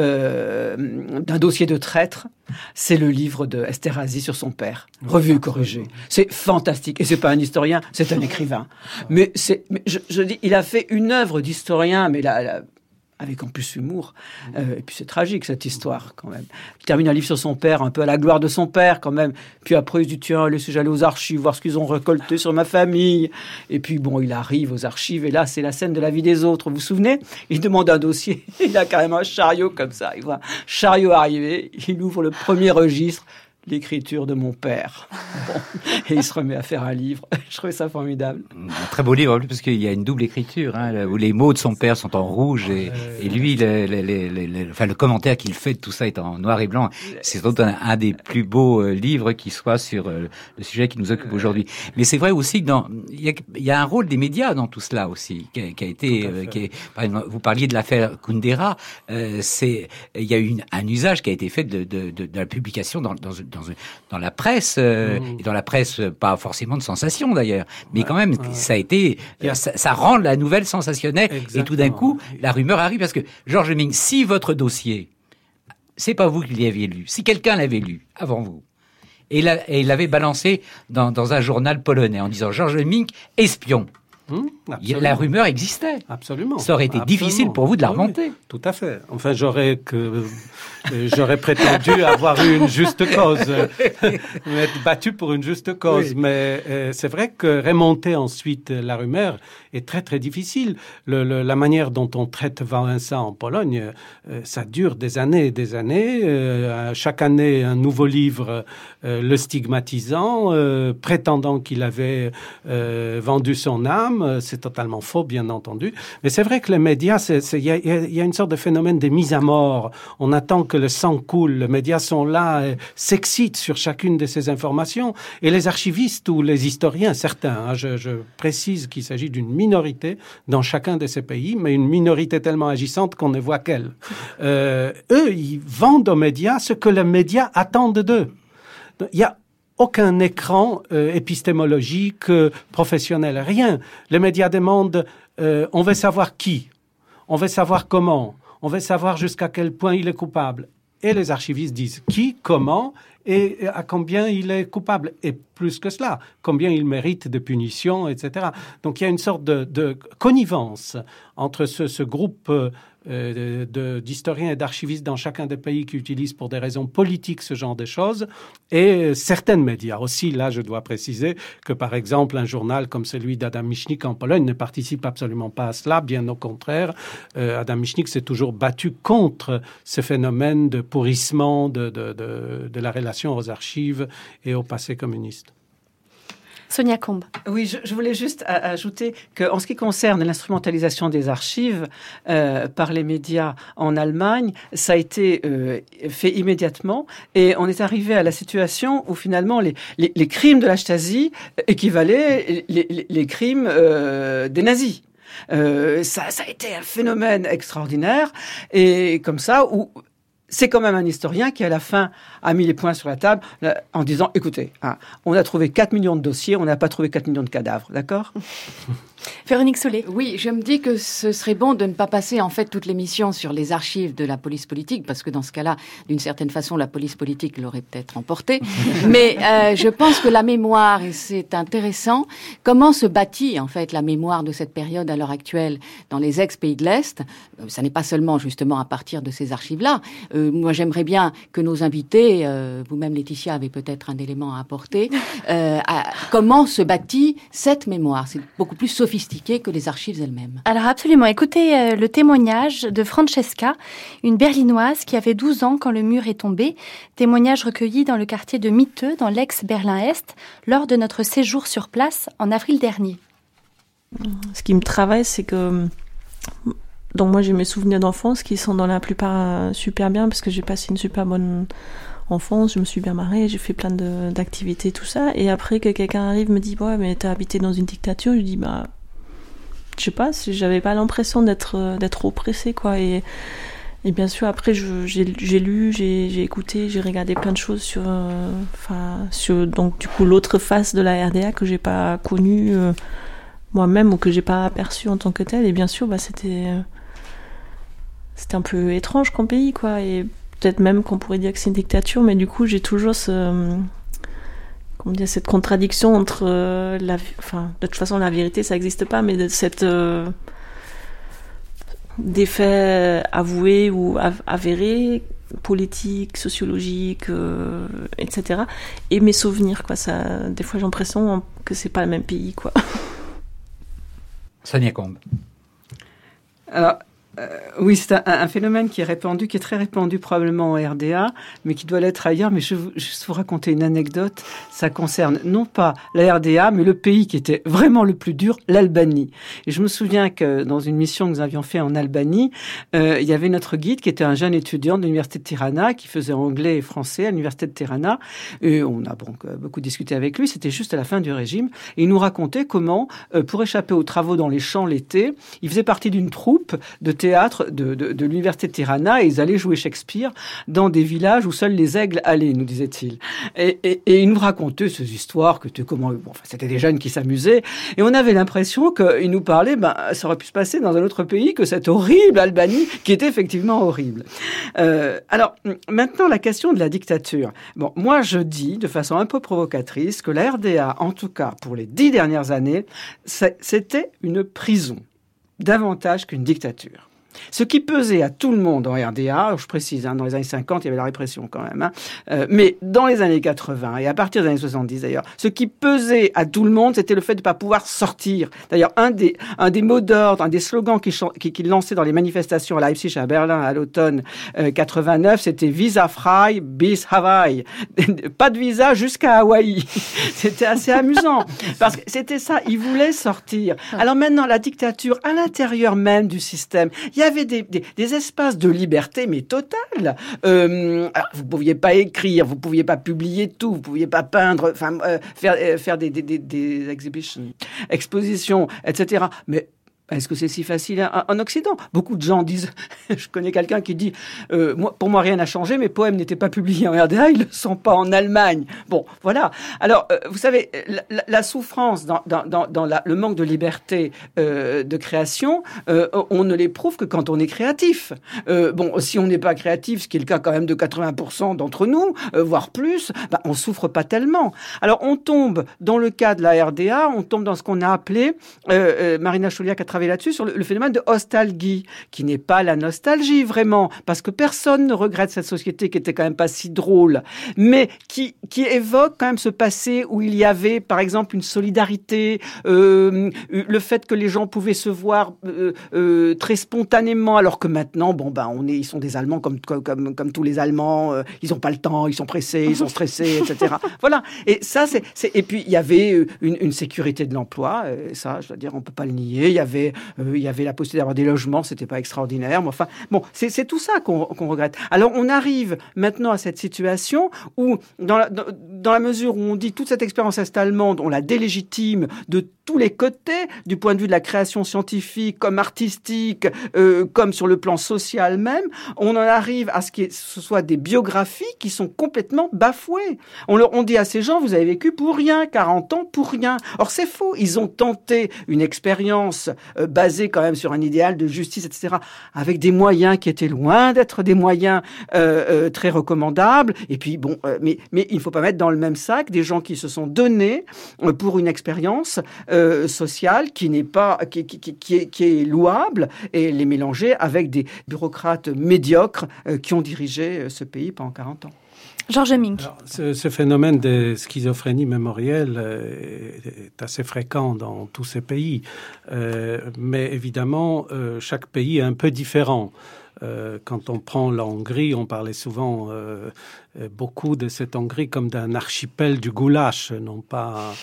d'un dossier de traître, c'est le livre de Esterházy sur son père, revu et corrigé. C'est fantastique. Et c'est pas un historien, c'est un écrivain. Mais je dis, il a fait une œuvre d'historien, mais avec en plus humour. Et puis c'est tragique, cette histoire, quand même. Il termine un livre sur son père, un peu à la gloire de son père, quand même. Puis après, il se dit, tiens, laissez j'aller aux archives, voir ce qu'ils ont récolté sur ma famille. Et puis, bon, il arrive aux archives, et là, c'est la scène de la vie des autres. Vous vous souvenez? Il demande un dossier, il a carrément un chariot comme ça. Il voit un chariot arriver, il ouvre le premier registre. l'écriture de mon père. Bon. Et il se remet à faire un livre. Je trouvais ça formidable. Un très beau livre, parce qu'il y a une double écriture, où les mots de son père sont en rouge et lui, le commentaire qu'il fait de tout ça est en noir et blanc. C'est sans doute un des plus beaux livres qui soit sur le sujet qui nous occupe aujourd'hui. Mais c'est vrai aussi que il y a un rôle des médias dans tout cela aussi, qui a été, par exemple, vous parliez de l'affaire Kundera, il y a eu un usage qui a été fait de la publication dans la presse, et dans la presse pas forcément de sensation d'ailleurs, mais quand même ça a été, ça rend la nouvelle sensationnelle. Exactement. Et tout d'un coup la rumeur arrive parce que Georges Ming, si votre dossier, c'est pas vous qui l'aviez lu, si quelqu'un l'avait lu avant vous, et il l'avait balancé dans un journal polonais en disant Georges Ming espion. La rumeur existait. Absolument. Ça aurait été difficile pour vous de la remonter. Oui, tout à fait. Enfin, j'aurais prétendu avoir eu une juste cause, m'être battu pour une juste cause. Oui. Mais c'est vrai que remonter ensuite la rumeur est très très difficile. La manière dont on traite Wałęsa en Pologne, ça dure des années et des années. Chaque année, un nouveau livre le stigmatisant, prétendant qu'il avait vendu son âme. C'est totalement faux, bien entendu. Mais c'est vrai que les médias, il y a une sorte de phénomène de mise à mort. On attend que le sang coule. Les médias sont là, s'excitent sur chacune de ces informations. Et les archivistes ou les historiens, certains, je précise qu'il s'agit d'une minorité dans chacun de ces pays, mais une minorité tellement agissante qu'on ne voit qu'elle. Eux, ils vendent aux médias ce que les médias attendent d'eux. Il y a aucun écran épistémologique, professionnel, rien. Les médias demandent, on veut savoir qui, on veut savoir comment, on veut savoir jusqu'à quel point il est coupable. Et les archivistes disent qui, comment et à combien il est coupable. Et plus que cela, combien il mérite de punition, etc. Donc il y a une sorte de connivence entre ce groupe d'historiens et d'archivistes dans chacun des pays qui utilisent pour des raisons politiques ce genre de choses, et certaines médias aussi. Là, je dois préciser que, par exemple, un journal comme celui d'Adam Michnik en Pologne ne participe absolument pas à cela, bien au contraire. Adam Michnik s'est toujours battu contre ce phénomène de pourrissement de la relation aux archives et au passé communiste. Sonia Combe. Oui, je voulais juste ajouter qu'en ce qui concerne l'instrumentalisation des archives par les médias en Allemagne, ça a été fait immédiatement, et on est arrivé à la situation où finalement les crimes de la Stasi équivalaient les crimes des nazis. Ça a été un phénomène extraordinaire, et comme ça, où c'est quand même un historien qui, à la fin, a mis les points sur la table en disant, écoutez, on a trouvé 4 millions de dossiers, on n'a pas trouvé 4 millions de cadavres, d'accord ? Véronique Solé. Oui, je me dis que ce serait bon de ne pas passer en fait toute l'émission sur les archives de la police politique, parce que dans ce cas-là, d'une certaine façon, la police politique l'aurait peut-être emporté. Mais je pense que la mémoire, et c'est intéressant, comment se bâtit en fait la mémoire de cette période à l'heure actuelle dans les ex-pays de l'Est. Ça n'est pas seulement justement à partir de ces archives-là. Moi, j'aimerais bien que nos invités, vous-même Laetitia, avez peut-être un élément à apporter, comment se bâtit cette mémoire. C'est beaucoup plus sophistiqué que les archives elles-mêmes. Alors absolument, écoutez le témoignage de Francesca, une Berlinoise qui avait 12 ans quand le mur est tombé, témoignage recueilli dans le quartier de Mitte, dans l'ex-Berlin-Est, lors de notre séjour sur place en avril dernier. Ce qui me travaille, c'est que... Donc moi j'ai mes souvenirs d'enfance qui sont dans la plupart super bien, parce que j'ai passé une super bonne enfance, je me suis bien marrée, j'ai fait plein d'activités, tout ça, et après que quelqu'un arrive me dit ouais mais t'as habité dans une dictature, je dis bah je sais pas, j'avais pas l'impression d'être oppressée quoi, et bien sûr après j'ai lu, j'ai écouté, j'ai regardé plein de choses sur donc du coup l'autre face de la RDA que j'ai pas connue moi-même, ou que j'ai pas aperçue en tant que telle, et bien sûr bah c'était un peu étrange comme pays quoi, et peut-être même qu'on pourrait dire que c'est une dictature, mais du coup j'ai toujours cette contradiction entre de toute façon la vérité ça n'existe pas, mais de cette des faits avoués ou avérés, politiques, sociologiques, etc. Et mes souvenirs quoi, ça, des fois j'ai l'impression que c'est pas le même pays quoi. Sonia Combe. Alors, Oui, c'est un phénomène qui est très répandu probablement en RDA, mais qui doit l'être ailleurs. Mais je vais juste vous raconter une anecdote. Ça concerne non pas la RDA, mais le pays qui était vraiment le plus dur, l'Albanie. Et je me souviens que dans une mission que nous avions fait en Albanie, il y avait notre guide qui était un jeune étudiant de l'université de Tirana, qui faisait anglais et français à l'université de Tirana. Et on a donc beaucoup discuté avec lui. C'était juste à la fin du régime. Et il nous racontait comment, pour échapper aux travaux dans les champs l'été, il faisait partie d'une troupe de théâtre de l'université de Tirana et ils allaient jouer Shakespeare dans des villages où seuls les aigles allaient, nous disait-il. Et il nous racontait ces histoires c'était des jeunes qui s'amusaient et on avait l'impression qu'il nous parlait, ça aurait pu se passer dans un autre pays que cette horrible Albanie qui était effectivement horrible. Alors, maintenant, la question de la dictature. Bon, moi, je dis de façon un peu provocatrice que la RDA, en tout cas pour les 10 dernières années, c'était une prison, davantage qu'une dictature. Ce qui pesait à tout le monde en RDA, je précise, dans les années 50, il y avait la répression quand même, mais dans les années 80 et à partir des années 70 d'ailleurs, ce qui pesait à tout le monde, c'était le fait de ne pas pouvoir sortir. D'ailleurs, un des mots d'ordre, un des slogans qu'il lançait dans les manifestations à Leipzig, à Berlin, à l'automne 89, c'était « Visa frei bis Hawaii ». Pas de visa jusqu'à Hawaï. C'était assez amusant, parce que c'était ça, ils voulaient sortir. Alors maintenant, la dictature, à l'intérieur même du système, il y avait des espaces de liberté, mais totale. Alors, vous pouviez pas écrire, vous pouviez pas publier tout, vous pouviez pas peindre, faire des expositions, etc. Mais est-ce que c'est si facile en Occident? Beaucoup de gens disent, je connais quelqu'un qui dit, pour moi rien n'a changé, mes poèmes n'étaient pas publiés en RDA, ils ne le sont pas en Allemagne. Bon, voilà. Alors, vous savez, la souffrance dans le manque de liberté de création, on ne l'éprouve que quand on est créatif. Si on n'est pas créatif, ce qui est le cas quand même de 80% d'entre nous, voire plus, on souffre pas tellement. Alors, on tombe, dans le cas de la RDA, on tombe dans ce qu'on a appelé, Marina Chauliac a travaillé là-dessus, sur le phénomène de nostalgie, qui n'est pas la nostalgie vraiment, parce que personne ne regrette cette société qui était quand même pas si drôle, mais qui évoque quand même ce passé où il y avait, par exemple, une solidarité, le fait que les gens pouvaient se voir très spontanément, alors que maintenant, ils sont des Allemands comme tous les Allemands, ils n'ont pas le temps, ils sont pressés, ils sont stressés, etc. Voilà. Et ça, et puis il y avait une sécurité de l'emploi, et ça, je dois dire, on peut pas le nier. Il y avait la possibilité d'avoir des logements, c'était pas extraordinaire, mais enfin, bon, c'est tout ça qu'on regrette. Alors, on arrive maintenant à cette situation où, dans la mesure où on dit toute cette expérience est-allemande, on la délégitime de tous les côtés, du point de vue de la création scientifique, comme artistique, comme sur le plan social même, on en arrive à ce que ce soit des biographies qui sont complètement bafouées. On dit à ces gens, vous avez vécu pour rien, 40 ans pour rien. Or, c'est faux. Ils ont tenté une expérience basée quand même sur un idéal de justice, etc., avec des moyens qui étaient loin d'être des moyens très recommandables. Et puis, mais il ne faut pas mettre dans le même sac des gens qui se sont donnés pour une expérience sociale qui n'est pas, qui est louable, et les mélanger avec des bureaucrates médiocres qui ont dirigé ce pays pendant 40 ans. Georges Mink. Alors, ce phénomène de schizophrénie mémorielle est assez fréquent dans tous ces pays. Mais évidemment, chaque pays est un peu différent. Quand on prend la Hongrie, on parlait souvent beaucoup de cette Hongrie comme d'un archipel du goulash, non pas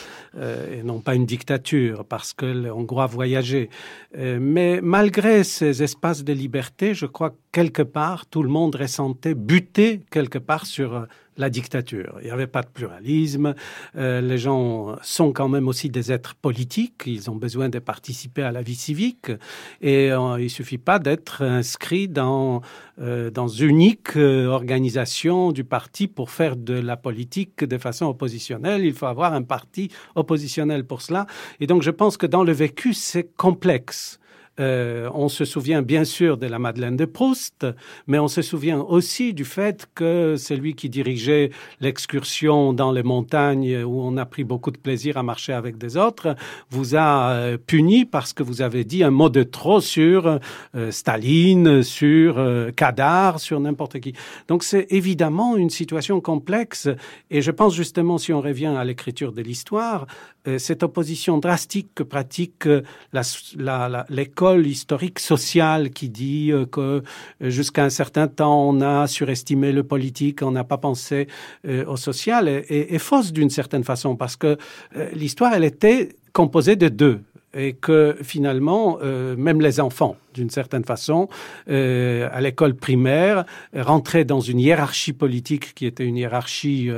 une dictature, parce que les Hongrois voyageaient. Mais malgré ces espaces de liberté, je crois que quelque part, tout le monde ressentait buter quelque part sur la dictature. Il n'y avait pas de pluralisme. Les gens sont quand même aussi des êtres politiques. Ils ont besoin de participer à la vie civique. Et il ne suffit pas d'être inscrit dans une unique organisation du parti pour faire de la politique de façon oppositionnelle. Il faut avoir un parti oppositionnel pour cela. Et donc, je pense que dans le vécu, c'est complexe. On se souvient bien sûr de la Madeleine de Proust, mais on se souvient aussi du fait que c'est lui qui dirigeait l'excursion dans les montagnes où on a pris beaucoup de plaisir à marcher avec des autres, vous a puni parce que vous avez dit un mot de trop sur Staline, sur Kadar, sur n'importe qui. Donc c'est évidemment une situation complexe, et je pense justement, si on revient à l'écriture de l'histoire, cette opposition drastique que pratique l'école école historique sociale qui dit que jusqu'à un certain temps, on a surestimé le politique, on n'a pas pensé au social, est fausse d'une certaine façon, parce que l'histoire, elle était composée de deux. Et que finalement, même les enfants, d'une certaine façon, à l'école primaire, rentraient dans une hiérarchie politique qui était une hiérarchie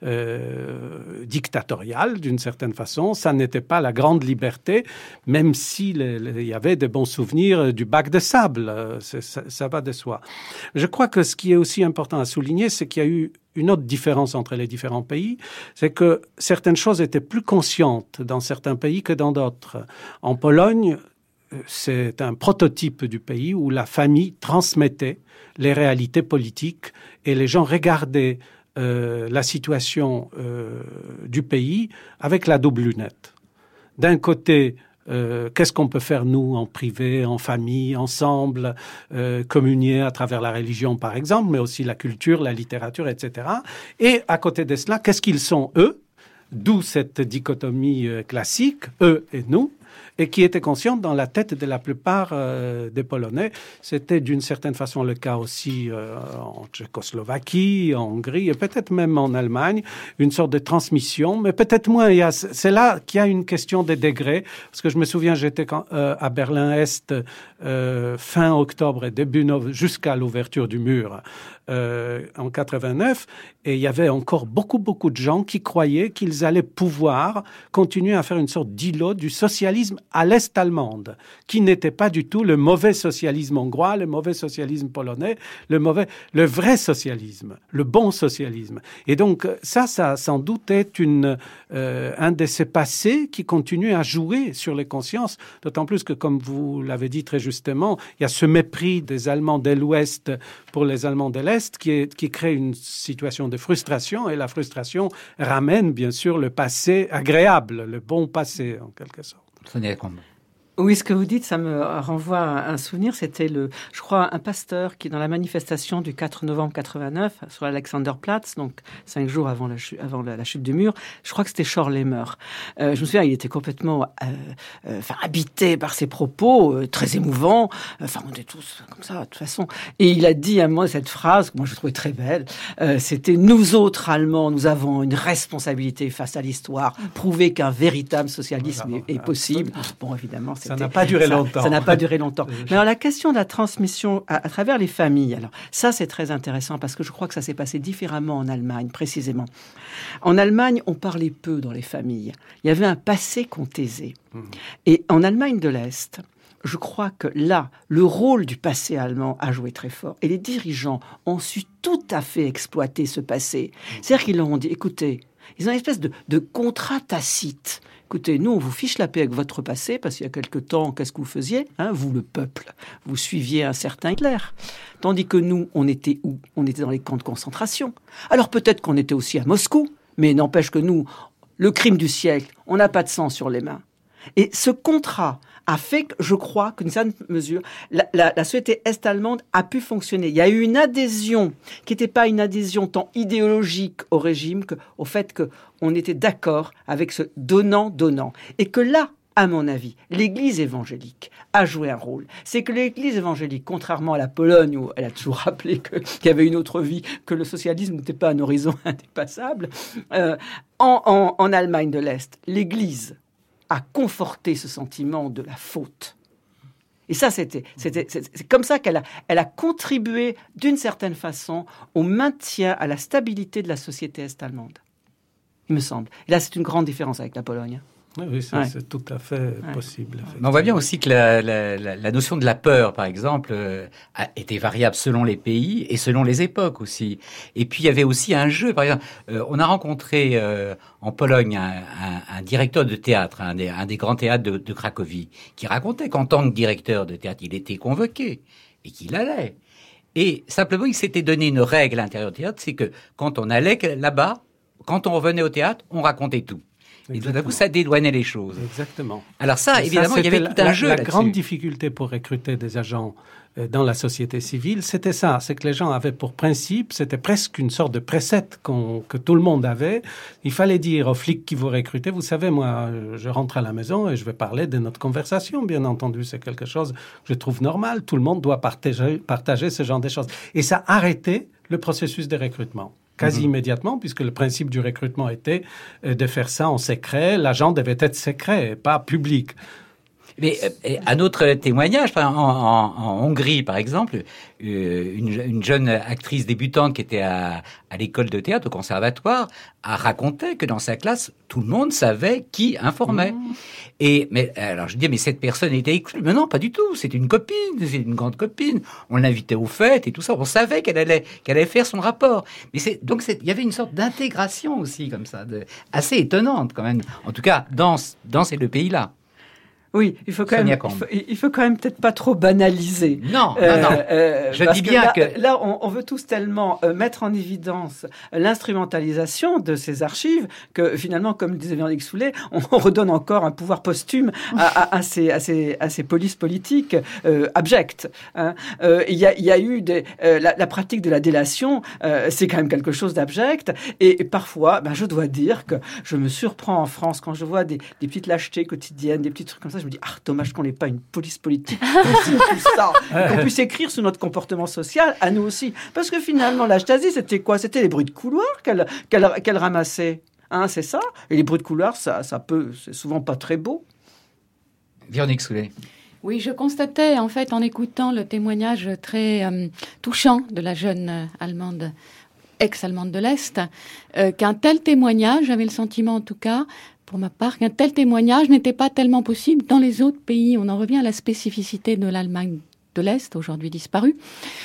dictatoriale, d'une certaine façon. Ça n'était pas la grande liberté, même s'il y avait de bons souvenirs du bac de sable. Ça va de soi. Je crois que ce qui est aussi important à souligner, c'est qu'il y a eu une autre différence entre les différents pays, c'est que certaines choses étaient plus conscientes dans certains pays que dans d'autres. En Pologne, c'est un prototype du pays où la famille transmettait les réalités politiques et les gens regardaient la situation du pays avec la double lunette. D'un côté, qu'est-ce qu'on peut faire, nous, en privé, en famille, ensemble, communier à travers la religion, par exemple, mais aussi la culture, la littérature, etc. Et à côté de cela, qu'est-ce qu'ils sont, eux? D'où cette dichotomie classique, eux et nous, et qui était consciente dans la tête de la plupart des Polonais. C'était d'une certaine façon le cas aussi en Tchécoslovaquie, en Hongrie, et peut-être même en Allemagne, une sorte de transmission, mais peut-être moins. C'est là qu'il y a une question des degrés, parce que je me souviens, j'étais à Berlin-Est fin octobre et début novembre, jusqu'à l'ouverture du mur en 89, et il y avait encore beaucoup de gens qui croyaient qu'ils allaient pouvoir continuer à faire une sorte d'îlot du socialisme à l'Est allemande, qui n'était pas du tout le mauvais socialisme hongrois, le mauvais socialisme polonais, le vrai socialisme, le bon socialisme. Et donc ça sans doute est un de ces passés qui continue à jouer sur les consciences, d'autant plus que, comme vous l'avez dit très justement, il y a ce mépris des Allemands de l'Ouest pour les Allemands de l'Est qui crée une situation de frustration, et la frustration ramène bien sûr le passé agréable, le bon passé en quelque sorte. Sonia Combe. Oui, ce que vous dites, ça me renvoie à un souvenir. C'était, je crois, un pasteur qui, dans la manifestation du 4 novembre 89, sur l'Alexanderplatz, donc 5 jours avant la chute du mur, je crois que c'était Schorlemer. Je me souviens, il était complètement habité par ses propos, très émouvants. Enfin, on est tous comme ça, de toute façon. Et il a dit à moi cette phrase, que moi je trouvais très belle, c'était « Nous autres Allemands, nous avons une responsabilité face à l'histoire, prouver qu'un véritable socialisme est possible. » Bon, évidemment, ça n'a pas duré longtemps. Ça n'a pas duré longtemps. Mais alors, la question de la transmission à travers les familles, alors ça, c'est très intéressant parce que je crois que ça s'est passé différemment en Allemagne, précisément. En Allemagne, on parlait peu dans les familles. Il y avait un passé qu'on taisait. Et en Allemagne de l'Est, je crois que là, le rôle du passé allemand a joué très fort. Et les dirigeants ont su tout à fait exploiter ce passé. C'est-à-dire qu'ils leur ont dit, écoutez, ils ont une espèce de contrat tacite. Écoutez, nous, on vous fiche la paix avec votre passé, parce qu'il y a quelque temps, qu'est-ce que vous faisiez, vous, le peuple, vous suiviez un certain Hitler. Tandis que nous, on était où? On était dans les camps de concentration. Alors peut-être qu'on était aussi à Moscou, mais n'empêche que nous, le crime du siècle, on n'a pas de sang sur les mains. Et ce contrat a fait que, je crois, qu'une certaine mesure, la société est-allemande a pu fonctionner. Il y a eu une adhésion qui n'était pas une adhésion tant idéologique au régime qu'au fait qu'on était d'accord avec ce donnant-donnant. Et que là, à mon avis, l'Église évangélique a joué un rôle. C'est que l'Église évangélique, contrairement à la Pologne, où elle a toujours rappelé qu'il y avait une autre vie, que le socialisme n'était pas un horizon indépassable, en Allemagne de l'Est, l'Église a conforté ce sentiment de la faute. Et ça, c'est comme ça qu'elle a contribué d'une certaine façon au maintien, à la stabilité de la société est-allemande, il me semble. Et là, c'est une grande différence avec la Pologne. Oui, c'est tout à fait possible. Mais on voit bien aussi que la notion de la peur, par exemple, a été variable selon les pays et selon les époques aussi. Et puis, il y avait aussi un jeu. Par exemple, on a rencontré en Pologne un directeur de théâtre, un des grands théâtres de Cracovie, qui racontait qu'en tant que directeur de théâtre, il était convoqué et qu'il allait. Et simplement, il s'était donné une règle à l'intérieur du théâtre, c'est que quand on allait là-bas, quand on revenait au théâtre, on racontait tout. Et tout d'un coup, ça dédouanait les choses. Exactement. Alors ça, évidemment, il y avait tout un jeu La là-dessus. grande difficulté pour recruter des agents dans la société civile, c'était ça. C'est que les gens avaient pour principe, c'était presque une sorte de précepte que tout le monde avait. Il fallait dire aux flics qui vous recrutaient, vous savez, moi, je rentre à la maison et je vais parler de notre conversation, bien entendu. C'est quelque chose que je trouve normal. Tout le monde doit partager ce genre de choses. Et ça arrêtait le processus de recrutement. Quasi immédiatement, puisque le principe du recrutement était de faire ça en secret. L'agent devait être secret, pas public. Mais un autre témoignage, en Hongrie par exemple, une jeune actrice débutante qui était à l'école de théâtre, au conservatoire, a raconté que dans sa classe, tout le monde savait qui informait. Mais alors je dis, mais cette personne était exclue. Mais non, pas du tout. C'est une copine, c'est une grande copine. On l'invitait aux fêtes et tout ça. On savait qu'elle allait faire son rapport. Mais il y avait une sorte d'intégration aussi comme ça, assez étonnante quand même. En tout cas, dans ces deux pays-là. Oui, il faut quand même peut-être pas trop banaliser. Non. Je dis bien que là, on veut tous tellement mettre en évidence l'instrumentalisation de ces archives que finalement, comme disait Véronique Soulet, on redonne encore un pouvoir posthume à ces polices politiques abjectes. Hein. Il y a eu la pratique de la délation, c'est quand même quelque chose d'abject. Et parfois, je dois dire que je me surprends en France quand je vois des petites lâchetés quotidiennes, des petits trucs comme ça. Je me dis, dommage qu'on n'ait pas une police politique tout ça, qu'on puisse écrire sur notre comportement social à nous aussi. Parce que finalement, la Stasi, c'était quoi? C'était les bruits de couloir qu'elle ramassait. Hein, c'est ça. Et les bruits de couloir, c'est souvent pas très beau. Véronique Soulet. Oui, je constatais, en fait, en écoutant le témoignage très touchant de la jeune Allemande, ex-Allemande de l'Est, qu'un tel témoignage, j'avais le sentiment en tout cas, pour ma part, qu'un tel témoignage n'était pas tellement possible dans les autres pays. On en revient à la spécificité de l'Allemagne de l'Est, aujourd'hui disparue.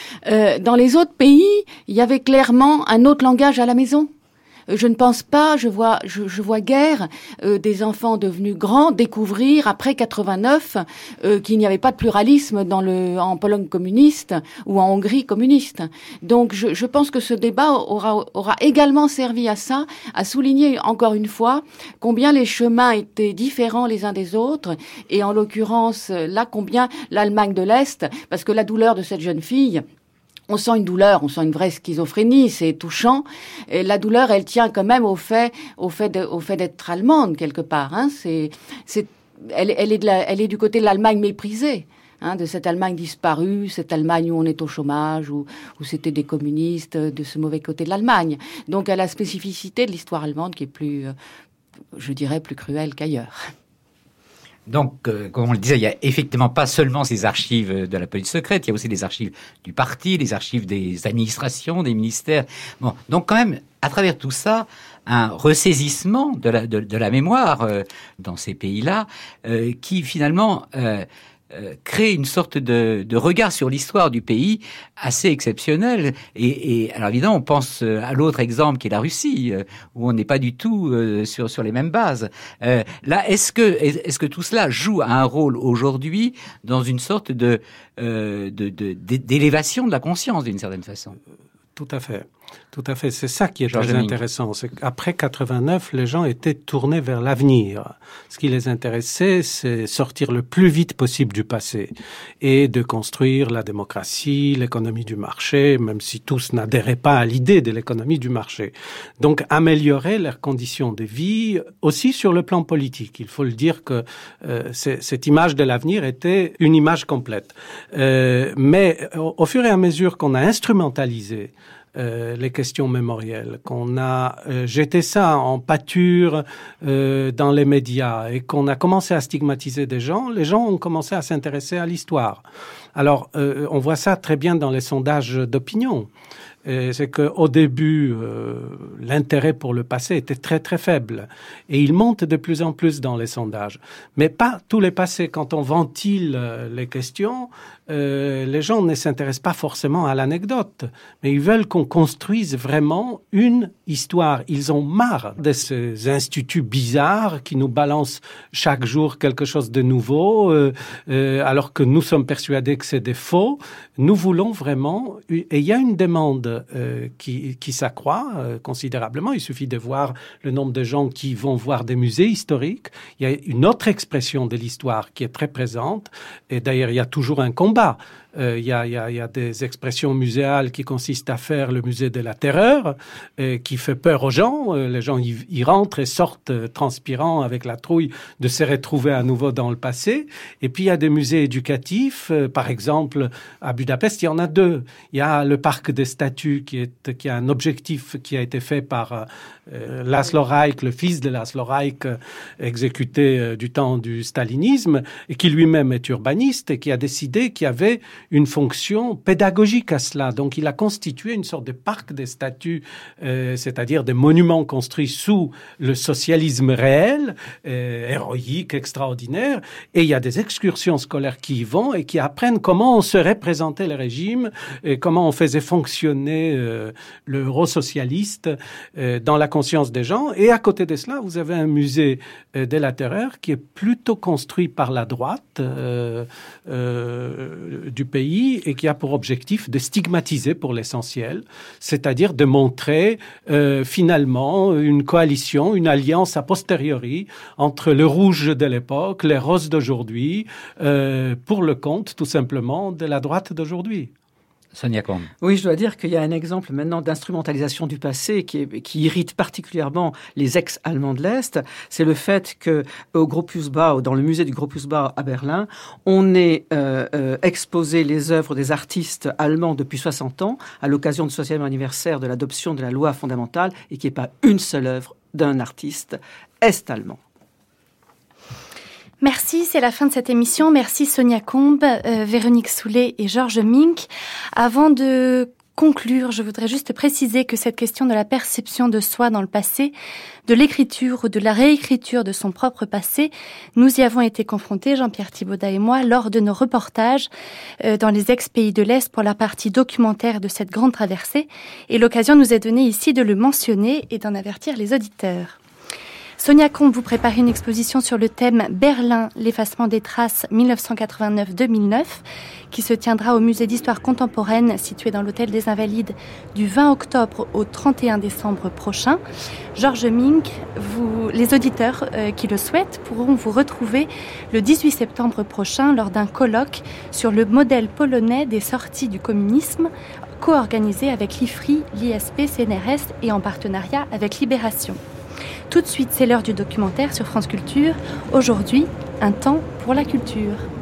Dans les autres pays, il y avait clairement un autre langage à la maison. Je ne pense pas, je vois guère des enfants devenus grands découvrir après 89 qu'il n'y avait pas de pluralisme en Pologne communiste ou en Hongrie communiste. Donc je pense que ce débat aura également servi à ça, à souligner encore une fois combien les chemins étaient différents les uns des autres et en l'occurrence là combien l'Allemagne de l'Est, parce que la douleur de cette jeune fille, on sent une douleur, on sent une vraie schizophrénie, c'est touchant. Et la douleur, elle tient quand même au fait d'être allemande quelque part. Hein. Elle est du côté de l'Allemagne méprisée, hein, de cette Allemagne disparue, cette Allemagne où on est au chômage, où c'était des communistes, de ce mauvais côté de l'Allemagne. Donc, elle a la spécificité de l'histoire allemande qui est plus, je dirais, plus cruelle qu'ailleurs. Donc, comme on le disait, il n'y a effectivement pas seulement ces archives de la police secrète, il y a aussi les archives du parti, les archives des administrations, des ministères. Bon, donc quand même, à travers tout ça, un ressaisissement de la mémoire dans ces pays-là, qui finalement crée une sorte de regard sur l'histoire du pays assez exceptionnel. Et alors évidemment, on pense à l'autre exemple qui est la Russie, où on n'est pas du tout sur les mêmes bases. Là, est-ce que tout cela joue un rôle aujourd'hui dans une sorte d'élévation de la conscience d'une certaine façon? Tout à fait. C'est ça qui est très intéressant. C'est qu'après 89, les gens étaient tournés vers l'avenir. Ce qui les intéressait, c'est sortir le plus vite possible du passé et de construire la démocratie, l'économie du marché, même si tous n'adhéraient pas à l'idée de l'économie du marché. Donc, améliorer leurs conditions de vie aussi sur le plan politique. Il faut le dire que cette image de l'avenir était une image complète. Mais au fur et à mesure qu'on a instrumentalisé les questions mémorielles, qu'on a jeté ça en pâture dans les médias et qu'on a commencé à stigmatiser des gens, les gens ont commencé à s'intéresser à l'histoire. Alors, on voit ça très bien dans les sondages d'opinion. C'est qu'au début, l'intérêt pour le passé était très très faible. Et il monte de plus en plus dans les sondages. Mais pas tous les passés. Quand on ventile les questions, les gens ne s'intéressent pas forcément à l'anecdote. Mais ils veulent qu'on construise vraiment une histoire. Ils ont marre de ces instituts bizarres qui nous balancent chaque jour quelque chose de nouveau, alors que nous sommes persuadés que c'est des faux. Nous voulons vraiment... Et il y a une demande qui s'accroît considérablement. Il suffit de voir le nombre de gens qui vont voir des musées historiques. Il y a une autre expression de l'histoire qui est très présente. Et d'ailleurs, il y a toujours un combat Il y a des expressions muséales qui consistent à faire le musée de la terreur, qui fait peur aux gens. Les gens y rentrent et sortent transpirants avec la trouille de se retrouver à nouveau dans le passé. Et puis il y a des musées éducatifs. Par exemple, à Budapest, il y en a 2. Il y a le parc des statues qui a un objectif qui a été fait par László Rajk, le fils de László Rajk, exécuté du temps du stalinisme, et qui lui-même est urbaniste et qui a décidé qu'il y avait une fonction pédagogique à cela. Donc il a constitué une sorte de parc des statues, c'est-à-dire des monuments construits sous le socialisme réel, héroïque, extraordinaire, et il y a des excursions scolaires qui y vont et qui apprennent comment on se représentait le régime et comment on faisait fonctionner le euro socialiste dans la conscience des gens. Et à côté de cela, vous avez un musée de la terreur qui est plutôt construit par la droite du pays et qui a pour objectif de stigmatiser pour l'essentiel, c'est-à-dire de montrer finalement une coalition, une alliance a posteriori entre le rouge de l'époque, les roses d'aujourd'hui, pour le compte tout simplement de la droite d'aujourd'hui. Sonia Combe. Oui, je dois dire qu'il y a un exemple maintenant d'instrumentalisation du passé qui irrite particulièrement les ex-Allemands de l'Est. C'est le fait que au Gropiusbau, dans le musée du Gropiusbau à Berlin, on ait exposé les œuvres des artistes allemands depuis 60 ans à l'occasion du 60e anniversaire de l'adoption de la loi fondamentale et qu'il n'y ait pas une seule œuvre d'un artiste est-allemand. Merci, c'est la fin de cette émission. Merci Sonia Combe, Véronique Soulet et Georges Mink. Avant de conclure, je voudrais juste préciser que cette question de la perception de soi dans le passé, de l'écriture ou de la réécriture de son propre passé, nous y avons été confrontés, Jean-Pierre Thibaudat et moi, lors de nos reportages dans les ex-pays de l'Est pour la partie documentaire de cette grande traversée. Et l'occasion nous est donnée ici de le mentionner et d'en avertir les auditeurs. Sonia Combe vous prépare une exposition sur le thème Berlin, l'effacement des traces 1989-2009, qui se tiendra au musée d'histoire contemporaine situé dans l'hôtel des Invalides du 20 octobre au 31 décembre prochain. Georges Mink, les auditeurs qui le souhaitent pourront vous retrouver le 18 septembre prochain lors d'un colloque sur le modèle polonais des sorties du communisme, co-organisé avec l'IFRI, l'ISP, CNRS et en partenariat avec Libération. Tout de suite, c'est l'heure du documentaire sur France Culture. Aujourd'hui, un temps pour la culture.